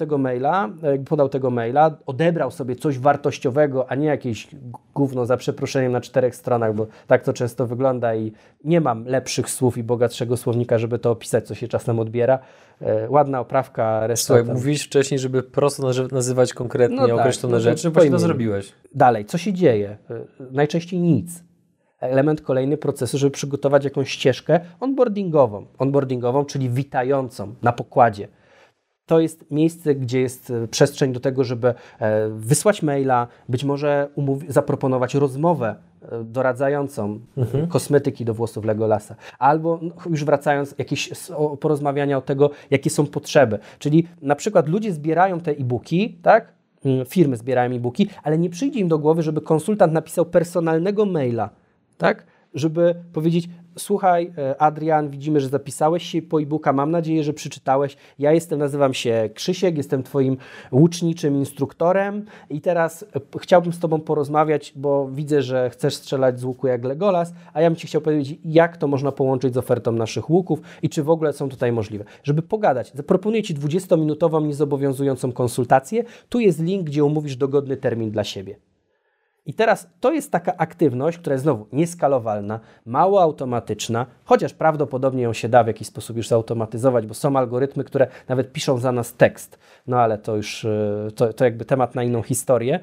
tego maila, odebrał sobie coś wartościowego, a nie jakieś gówno za przeproszeniem na 4 stronach, bo tak to często wygląda i nie mam lepszych słów i bogatszego słownika, żeby to opisać, co się czasem odbiera. Ładna oprawka, reszta. Słuchaj, mówiłeś wcześniej, żeby prosto nazywać konkretnie określone rzeczy, właśnie to zrobiłeś. Dalej, co się dzieje? Najczęściej nic. Element kolejny procesu, żeby przygotować jakąś ścieżkę onboardingową, czyli witającą na pokładzie. To jest miejsce, gdzie jest przestrzeń do tego, żeby wysłać maila, być może zaproponować rozmowę doradzającą kosmetyki do włosów Legolasa. Albo już wracając, jakieś porozmawiania o tego, jakie są potrzeby. Czyli na przykład ludzie zbierają te e-booki, tak? Firmy zbierają e-booki, ale nie przyjdzie im do głowy, żeby konsultant napisał personalnego maila, tak? Żeby powiedzieć, słuchaj Adrian, widzimy, że zapisałeś się po e-booka, mam nadzieję, że przeczytałeś. Ja nazywam się Krzysiek, jestem Twoim łuczniczym instruktorem i teraz chciałbym z Tobą porozmawiać, bo widzę, że chcesz strzelać z łuku jak Legolas, a ja bym Ci chciał powiedzieć, jak to można połączyć z ofertą naszych łuków i czy w ogóle są tutaj możliwe. Żeby pogadać, zaproponuję Ci 20-minutową, niezobowiązującą konsultację. Tu jest link, gdzie umówisz dogodny termin dla siebie. I teraz to jest taka aktywność, która jest znowu nieskalowalna, mało automatyczna, chociaż prawdopodobnie ją się da w jakiś sposób już zautomatyzować, bo są algorytmy, które nawet piszą za nas tekst. No ale to już to jakby temat na inną historię.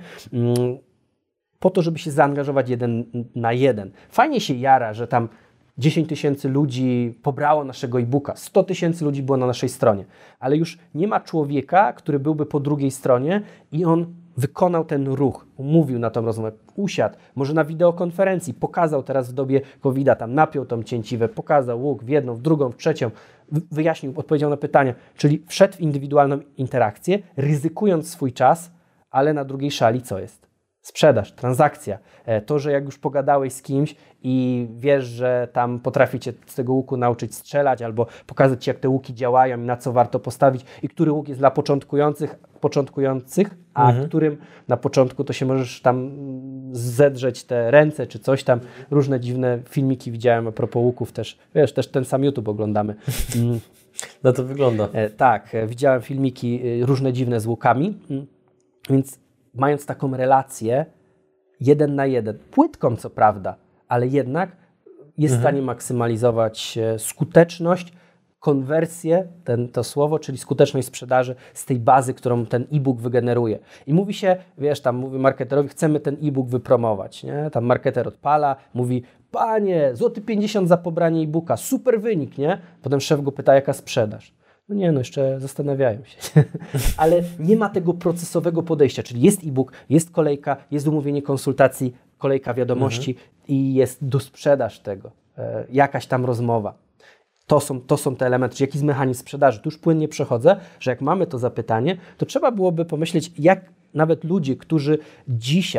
Po to, żeby się zaangażować 1 na 1. Fajnie się jara, że tam 10 000 ludzi pobrało naszego e-booka, 100 000 ludzi było na naszej stronie, ale już nie ma człowieka, który byłby po drugiej stronie i on wykonał ten ruch, umówił na tą rozmowę, usiadł, może na wideokonferencji, pokazał teraz w dobie COVID-a, tam napiął tą cięciwę, pokazał łuk w jedną, w drugą, w trzecią, wyjaśnił, odpowiedział na pytania, czyli wszedł w indywidualną interakcję, ryzykując swój czas, ale na drugiej szali co jest? Sprzedaż, transakcja. To, że jak już pogadałeś z kimś i wiesz, że tam potrafi Cię z tego łuku nauczyć strzelać albo pokazać Ci, jak te łuki działają i na co warto postawić i który łuk jest dla początkujących, a którym na początku to się możesz tam zedrzeć te ręce czy coś tam. Różne dziwne filmiki widziałem a propos łuków też. Wiesz, też ten sam YouTube oglądamy. No to wygląda. Tak, widziałem filmiki różne dziwne z łukami, więc mając taką relację 1 na 1, płytką co prawda, ale jednak jest w stanie maksymalizować skuteczność, konwersję, to słowo, czyli skuteczność sprzedaży z tej bazy, którą ten e-book wygeneruje. I mówi się, wiesz, tam mówi marketerowi, chcemy ten e-book wypromować, nie? Tam marketer odpala, mówi, panie, złoty 50 za pobranie e-booka, super wynik, nie? Potem szef go pyta, jaka sprzedaż. No nie, no jeszcze zastanawiają się. Ale nie ma tego procesowego podejścia, czyli jest e-book, jest kolejka, jest umówienie konsultacji, kolejka wiadomości i jest dosprzedaż tego, jakaś tam rozmowa. To są te elementy, czyli jaki jest mechanizm sprzedaży. Tu już płynnie przechodzę, że jak mamy to zapytanie, to trzeba byłoby pomyśleć, jak nawet ludzie, którzy dzisiaj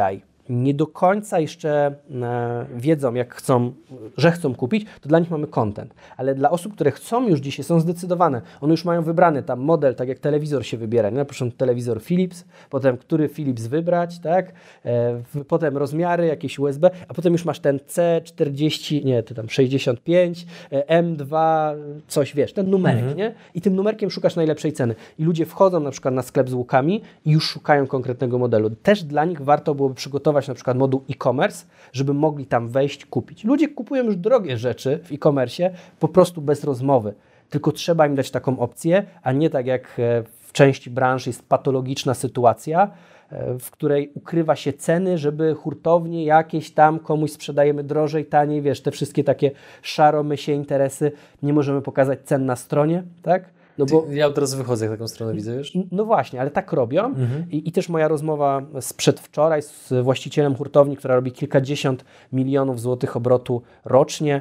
nie do końca jeszcze wiedzą, że chcą kupić, to dla nich mamy content. Ale dla osób, które chcą już dzisiaj, są zdecydowane, one już mają wybrany tam model, tak jak telewizor się wybiera, na początku telewizor Philips, potem który Philips wybrać, tak? Potem rozmiary, jakieś USB, a potem już masz ten C40, nie, to tam 65, M2, coś wiesz, ten numerek, nie? I tym numerkiem szukasz najlepszej ceny. I ludzie wchodzą na przykład na sklep z łukami i już szukają konkretnego modelu. Też dla nich warto byłoby przygotować na przykład moduł e-commerce, żeby mogli tam wejść, kupić. Ludzie kupują już drogie rzeczy w e-commerce po prostu bez rozmowy. Tylko trzeba im dać taką opcję, a nie tak jak w części branż jest patologiczna sytuacja, w której ukrywa się ceny, żeby hurtownie jakieś tam komuś sprzedajemy drożej, taniej, wiesz, te wszystkie takie szaromysie interesy, nie możemy pokazać cen na stronie, tak? No bo ja teraz wychodzę, jak taką stronę widzę, wiesz? No właśnie, ale tak robią. I też moja rozmowa z przedwczoraj z właścicielem hurtowni, która robi kilkadziesiąt milionów złotych obrotu rocznie,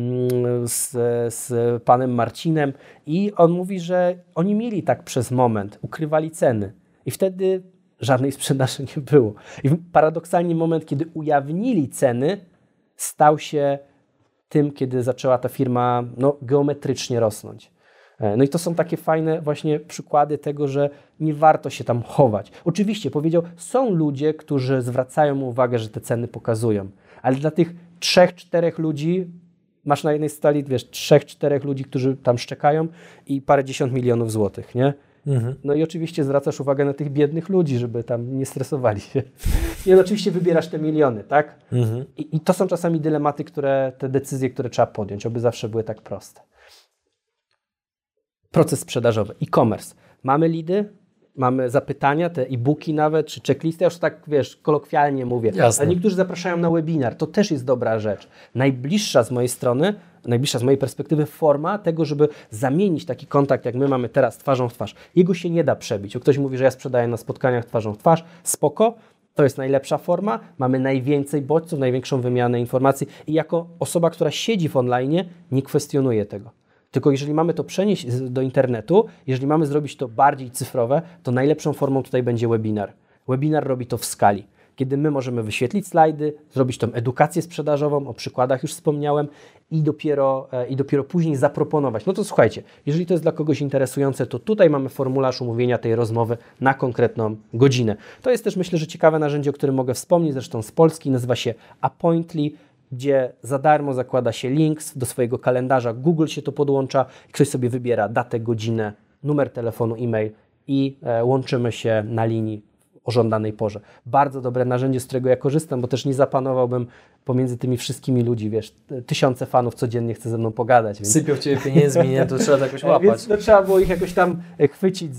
z panem Marcinem, i on mówi, że oni mieli tak przez moment, ukrywali ceny i wtedy żadnej sprzedaży nie było. I paradoksalnie moment, kiedy ujawnili ceny, stał się tym, kiedy zaczęła ta firma geometrycznie rosnąć. No i to są takie fajne właśnie przykłady tego, że nie warto się tam chować. Oczywiście powiedział, są ludzie, którzy zwracają uwagę, że te ceny pokazują, ale dla tych 3-4 ludzi masz na jednej stali, wiesz, 3-4 ludzi, którzy tam szczekają i parędziesiąt milionów złotych, nie? No i oczywiście zwracasz uwagę na tych biednych ludzi, żeby tam nie stresowali się. I oczywiście wybierasz te miliony, tak? I to są czasami dylematy, te decyzje, które trzeba podjąć, oby zawsze były tak proste. Proces sprzedażowy, e-commerce. Mamy lidy, mamy zapytania, te e-booki nawet, czy checklisty, ja już tak, wiesz, kolokwialnie mówię. Jasne. Ale niektórzy zapraszają na webinar, to też jest dobra rzecz. Najbliższa z mojej perspektywy forma tego, żeby zamienić taki kontakt, jak my mamy teraz, twarzą w twarz. Jego się nie da przebić. Ktoś mówi, że ja sprzedaję na spotkaniach twarzą w twarz, spoko. To jest najlepsza forma, mamy najwięcej bodźców, największą wymianę informacji i jako osoba, która siedzi w online, nie kwestionuje tego. Tylko jeżeli mamy to przenieść do internetu, jeżeli mamy zrobić to bardziej cyfrowe, to najlepszą formą tutaj będzie webinar. Webinar robi to w skali, kiedy my możemy wyświetlić slajdy, zrobić tą edukację sprzedażową, o przykładach już wspomniałem, i dopiero później zaproponować. No to słuchajcie, jeżeli to jest dla kogoś interesujące, to tutaj mamy formularz umówienia tej rozmowy na konkretną godzinę. To jest też, myślę, że ciekawe narzędzie, o którym mogę wspomnieć, zresztą z Polski, nazywa się Appointly, gdzie za darmo zakłada się link do swojego kalendarza, Google się to podłącza, ktoś sobie wybiera datę, godzinę, numer telefonu, e-mail i łączymy się na linii o żądanej porze. Bardzo dobre narzędzie, z którego ja korzystam, bo też nie zapanowałbym pomiędzy tymi wszystkimi ludzi, wiesz, tysiące fanów codziennie chce ze mną pogadać. Więc... Sypią w Ciebie pieniędzmi, nie? To trzeba to jakoś łapać. Więc to trzeba było ich jakoś tam chwycić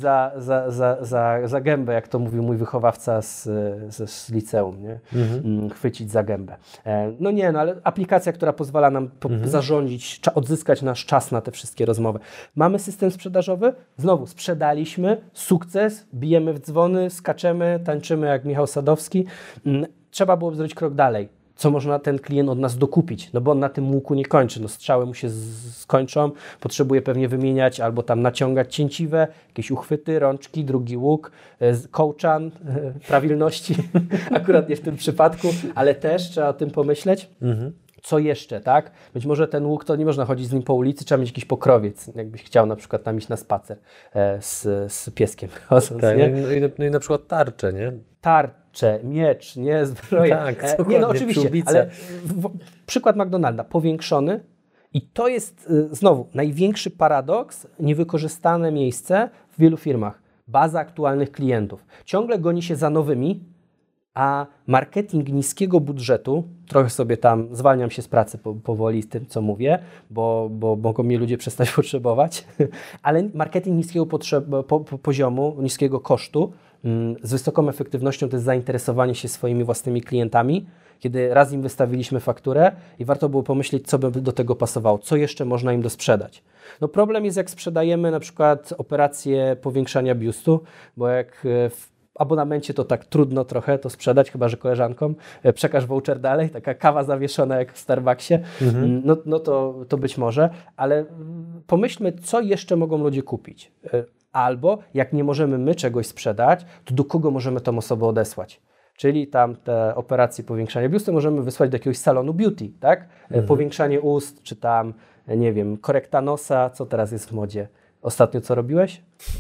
za gębę, jak to mówił mój wychowawca z liceum, nie? Chwycić za gębę. No ale aplikacja, która pozwala nam zarządzić, odzyskać nasz czas na te wszystkie rozmowy. Mamy system sprzedażowy, znowu sprzedaliśmy, sukces, bijemy w dzwony, skaczemy, tańczymy jak Michał Sadowski. Trzeba było zrobić krok dalej. Co można ten klient od nas dokupić, no bo on na tym łuku nie kończy, no strzały mu się skończą, potrzebuje pewnie wymieniać albo tam naciągać cięciwe, jakieś uchwyty, rączki, drugi łuk, kołczan, prawilności, akurat nie w tym przypadku, ale też trzeba o tym pomyśleć. Co jeszcze, tak? Być może ten łuk to nie można chodzić z nim po ulicy, trzeba mieć jakiś pokrowiec, jakbyś chciał na przykład tam iść na spacer z pieskiem chodząc, tak, nie? No i na przykład tarcze, nie? Tarcze, miecz, nie? Zbroja. Tak, nie, no oczywiście, ale przykład McDonalda, powiększony i to jest znowu największy paradoks, niewykorzystane miejsce w wielu firmach. Baza aktualnych klientów. Ciągle goni się za nowymi, a marketing niskiego budżetu, trochę sobie tam zwalniam się z pracy powoli z tym, co mówię, bo mogą mnie ludzie przestać potrzebować, ale marketing niskiego poziomu, niskiego kosztu, z wysoką efektywnością to jest zainteresowanie się swoimi własnymi klientami, kiedy raz im wystawiliśmy fakturę i warto było pomyśleć, co by do tego pasowało, co jeszcze można im dosprzedać. No problem jest, jak sprzedajemy na przykład operację powiększania biustu, bo jak w abonamencie to tak trudno trochę to sprzedać, chyba że koleżankom, przekaż voucher dalej, taka kawa zawieszona jak w Starbucksie, no to być może, ale pomyślmy, co jeszcze mogą ludzie kupić. Albo jak nie możemy my czegoś sprzedać, to do kogo możemy tą osobę odesłać. czyli tam te operacje powiększania biustu możemy wysłać do jakiegoś salonu beauty, tak? Powiększanie ust, czy tam, nie wiem, korekta nosa, co teraz jest w modzie? Ostatnio co robiłeś?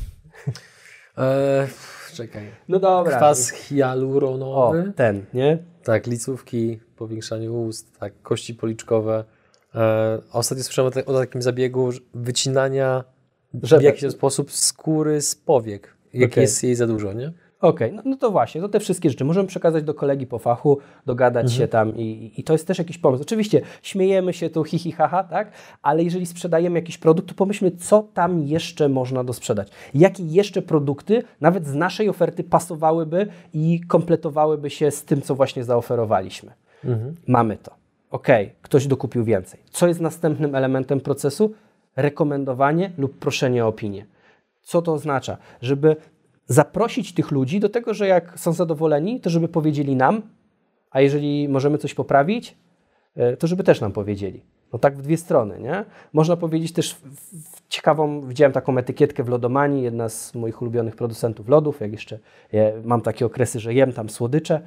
Czekaj. No dobra. Kwas hialuronowy. O, ten, nie? Tak, licówki, powiększanie ust, tak, kości policzkowe. Ostatnio słyszałem o takim zabiegu wycinania w jakiś sposób skóry z powiek, jak jest jej za dużo, nie? Okej, no to właśnie, to te wszystkie rzeczy możemy przekazać do kolegi po fachu, dogadać się tam i to jest też jakiś pomysł. Oczywiście śmiejemy się tu hi, haha, tak? Ale jeżeli sprzedajemy jakiś produkt, to pomyślmy, co tam jeszcze można dosprzedać. Jakie jeszcze produkty nawet z naszej oferty pasowałyby i kompletowałyby się z tym, co właśnie zaoferowaliśmy. Mamy to. Okej, ktoś dokupił więcej. Co jest następnym elementem procesu? Rekomendowanie lub proszenie o opinię. Co to oznacza? Żeby zaprosić tych ludzi do tego, że jak są zadowoleni, to żeby powiedzieli nam, a jeżeli możemy coś poprawić, to żeby też nam powiedzieli. No tak w dwie strony, nie? Można powiedzieć też ciekawą, widziałem taką etykietkę w Lodomanii, jedna z moich ulubionych producentów lodów, jak jeszcze mam takie okresy, że jem tam słodycze,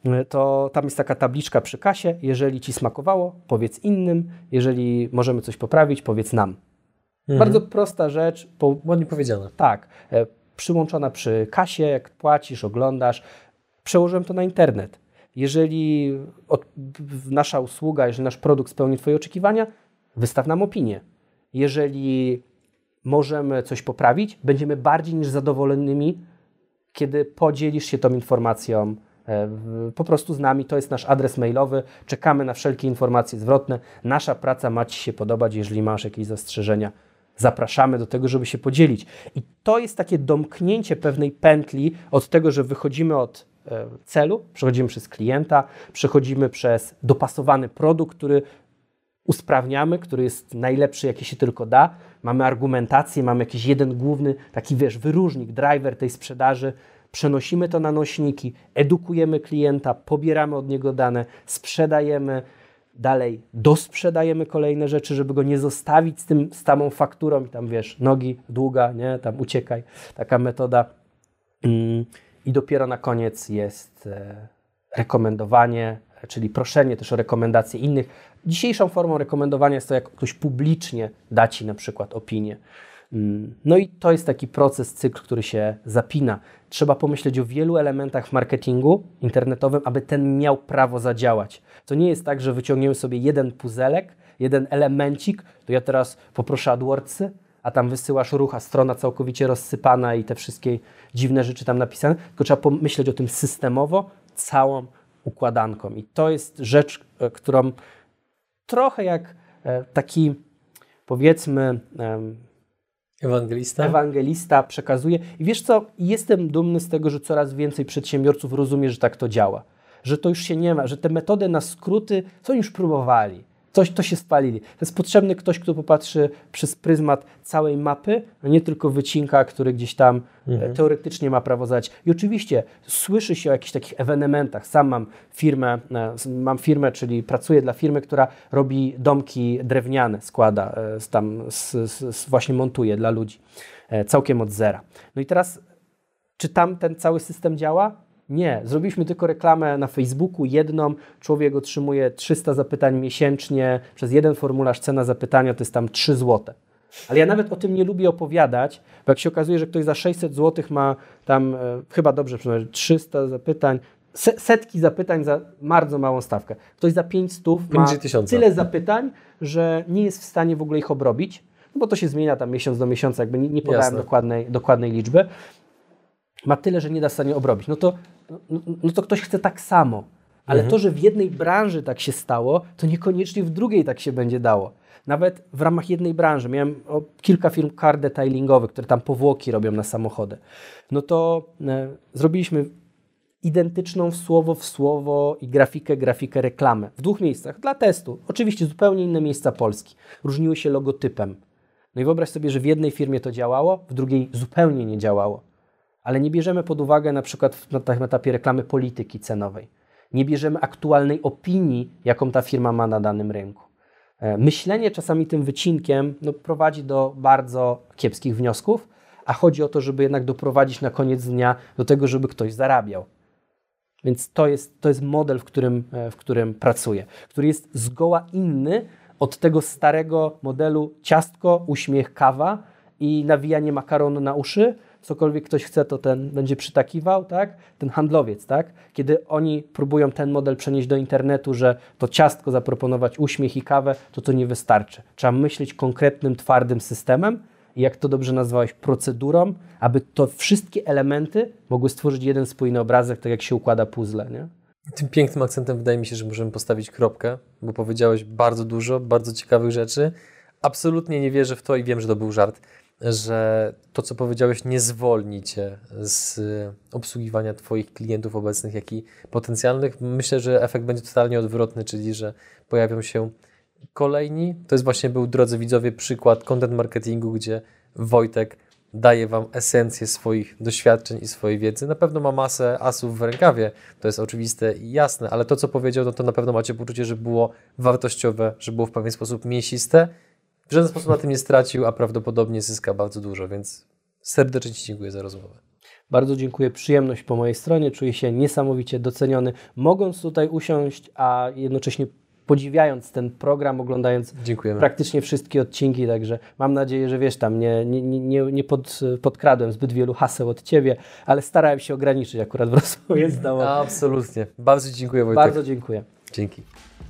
to tam jest taka tabliczka przy kasie, jeżeli Ci smakowało, powiedz innym, jeżeli możemy coś poprawić, powiedz nam. Bardzo prosta rzecz. Ładnie powiedziane. Tak. Przyłączona przy kasie, jak płacisz, oglądasz. Przełożyłem to na internet. Jeżeli nasza usługa, jeżeli nasz produkt spełni Twoje oczekiwania, wystaw nam opinię. Jeżeli możemy coś poprawić, będziemy bardziej niż zadowolonymi, kiedy podzielisz się tą informacją po prostu z nami. To jest nasz adres mailowy. Czekamy na wszelkie informacje zwrotne. Nasza praca ma Ci się podobać. Jeżeli masz jakieś zastrzeżenia, zapraszamy do tego, żeby się podzielić. I to jest takie domknięcie pewnej pętli od tego, że wychodzimy od celu, przechodzimy przez klienta, przechodzimy przez dopasowany produkt, który usprawniamy, który jest najlepszy, jaki się tylko da. Mamy argumentację, mamy jakiś jeden główny taki, wyróżnik, driver tej sprzedaży. Przenosimy to na nośniki, edukujemy klienta, pobieramy od niego dane, sprzedajemy, dalej dosprzedajemy kolejne rzeczy, żeby go nie zostawić z samą fakturą i tam nogi, długa, nie, tam uciekaj, taka metoda. I dopiero na koniec jest rekomendowanie, czyli proszenie też o rekomendacje innych. Dzisiejszą formą rekomendowania jest to, jak ktoś publicznie da Ci na przykład opinię. No i to jest taki proces, cykl, który się zapina. Trzeba pomyśleć o wielu elementach w marketingu internetowym, aby ten miał prawo zadziałać. To nie jest tak, że wyciągniemy sobie jeden puzelek, jeden elemencik, to ja teraz poproszę AdWordsy, a tam wysyłasz ruch, a strona całkowicie rozsypana i te wszystkie dziwne rzeczy tam napisane, tylko trzeba pomyśleć o tym systemowo, całą układanką. I to jest rzecz, którą trochę jak taki, powiedzmy, ewangelista przekazuje. I wiesz co, jestem dumny z tego, że coraz więcej przedsiębiorców rozumie, że tak to działa. Że to już się nie ma, że te metody na skróty są już próbowali. Coś to się spalili. To jest potrzebny ktoś, kto popatrzy przez pryzmat całej mapy, a nie tylko wycinka, który gdzieś tam teoretycznie ma prawo zadać. I oczywiście słyszy się o jakichś takich ewenementach. Sam mam firmę, czyli pracuję dla firmy, która robi domki drewniane, składa, właśnie montuje dla ludzi. Całkiem od zera. No i teraz, czy tam ten cały system działa? Nie, zrobiliśmy tylko reklamę na Facebooku, jedną, człowiek otrzymuje 300 zapytań miesięcznie, przez jeden formularz cena zapytania to jest tam 3 zł. Ale ja nawet o tym nie lubię opowiadać, bo jak się okazuje, że ktoś za 600 zł ma tam, chyba dobrze przynajmniej 300 zapytań, setki zapytań za bardzo małą stawkę. Ktoś za 500 ma tyle zapytań, że nie jest w stanie w ogóle ich obrobić, no bo to się zmienia tam miesiąc do miesiąca, jakby nie podałem dokładnej liczby. Ma tyle, że nie da w stanie obrobić. No to ktoś chce tak samo. Ale to, że w jednej branży tak się stało, to niekoniecznie w drugiej tak się będzie dało. Nawet w ramach jednej branży. Miałem kilka firm car detailingowych, które tam powłoki robią na samochody. No to zrobiliśmy identyczną słowo w słowo i grafikę reklamę. W 2 miejscach dla testu. Oczywiście zupełnie inne miejsca Polski. Różniły się logotypem. No i wyobraź sobie, że w jednej firmie to działało, w drugiej zupełnie nie działało. Ale nie bierzemy pod uwagę na przykład na takim etapie reklamy polityki cenowej. Nie bierzemy aktualnej opinii, jaką ta firma ma na danym rynku. Myślenie czasami tym wycinkiem prowadzi do bardzo kiepskich wniosków, a chodzi o to, żeby jednak doprowadzić na koniec dnia do tego, żeby ktoś zarabiał. Więc to jest model, w którym pracuję, który jest zgoła inny od tego starego modelu ciastko, uśmiech, kawa i nawijanie makaronu na uszy. Cokolwiek ktoś chce, to ten będzie przytakiwał, tak? Ten handlowiec, tak? Kiedy oni próbują ten model przenieść do internetu, że to ciastko zaproponować, uśmiech i kawę, to nie wystarczy. Trzeba myśleć konkretnym, twardym systemem i jak to dobrze nazwałeś, procedurą, aby to wszystkie elementy mogły stworzyć jeden spójny obrazek, tak jak się układa puzzle, nie? Tym pięknym akcentem wydaje mi się, że możemy postawić kropkę, bo powiedziałeś bardzo dużo, bardzo ciekawych rzeczy. Absolutnie nie wierzę w to i wiem, że to był żart, że to, co powiedziałeś, nie zwolni Cię z obsługiwania Twoich klientów obecnych, jak i potencjalnych. Myślę, że efekt będzie totalnie odwrotny, czyli że pojawią się kolejni. To jest właśnie był, drodzy widzowie, przykład content marketingu, gdzie Wojtek daje Wam esencję swoich doświadczeń i swojej wiedzy. Na pewno ma masę asów w rękawie, to jest oczywiste i jasne, ale to, co powiedział, no to na pewno macie poczucie, że było wartościowe, że było w pewien sposób mięsiste. W żaden sposób na tym nie stracił, a prawdopodobnie zyska bardzo dużo, więc serdecznie Ci dziękuję za rozmowę. Bardzo dziękuję, przyjemność po mojej stronie, czuję się niesamowicie doceniony, mogąc tutaj usiąść, a jednocześnie podziwiając ten program, oglądając praktycznie wszystkie odcinki, także mam nadzieję, że wiesz, tam nie podkradłem zbyt wielu haseł od Ciebie, ale starałem się ograniczyć akurat w rozmowie z Tobą. Absolutnie. Bardzo Ci dziękuję, Wojtek. Bardzo dziękuję. Dzięki.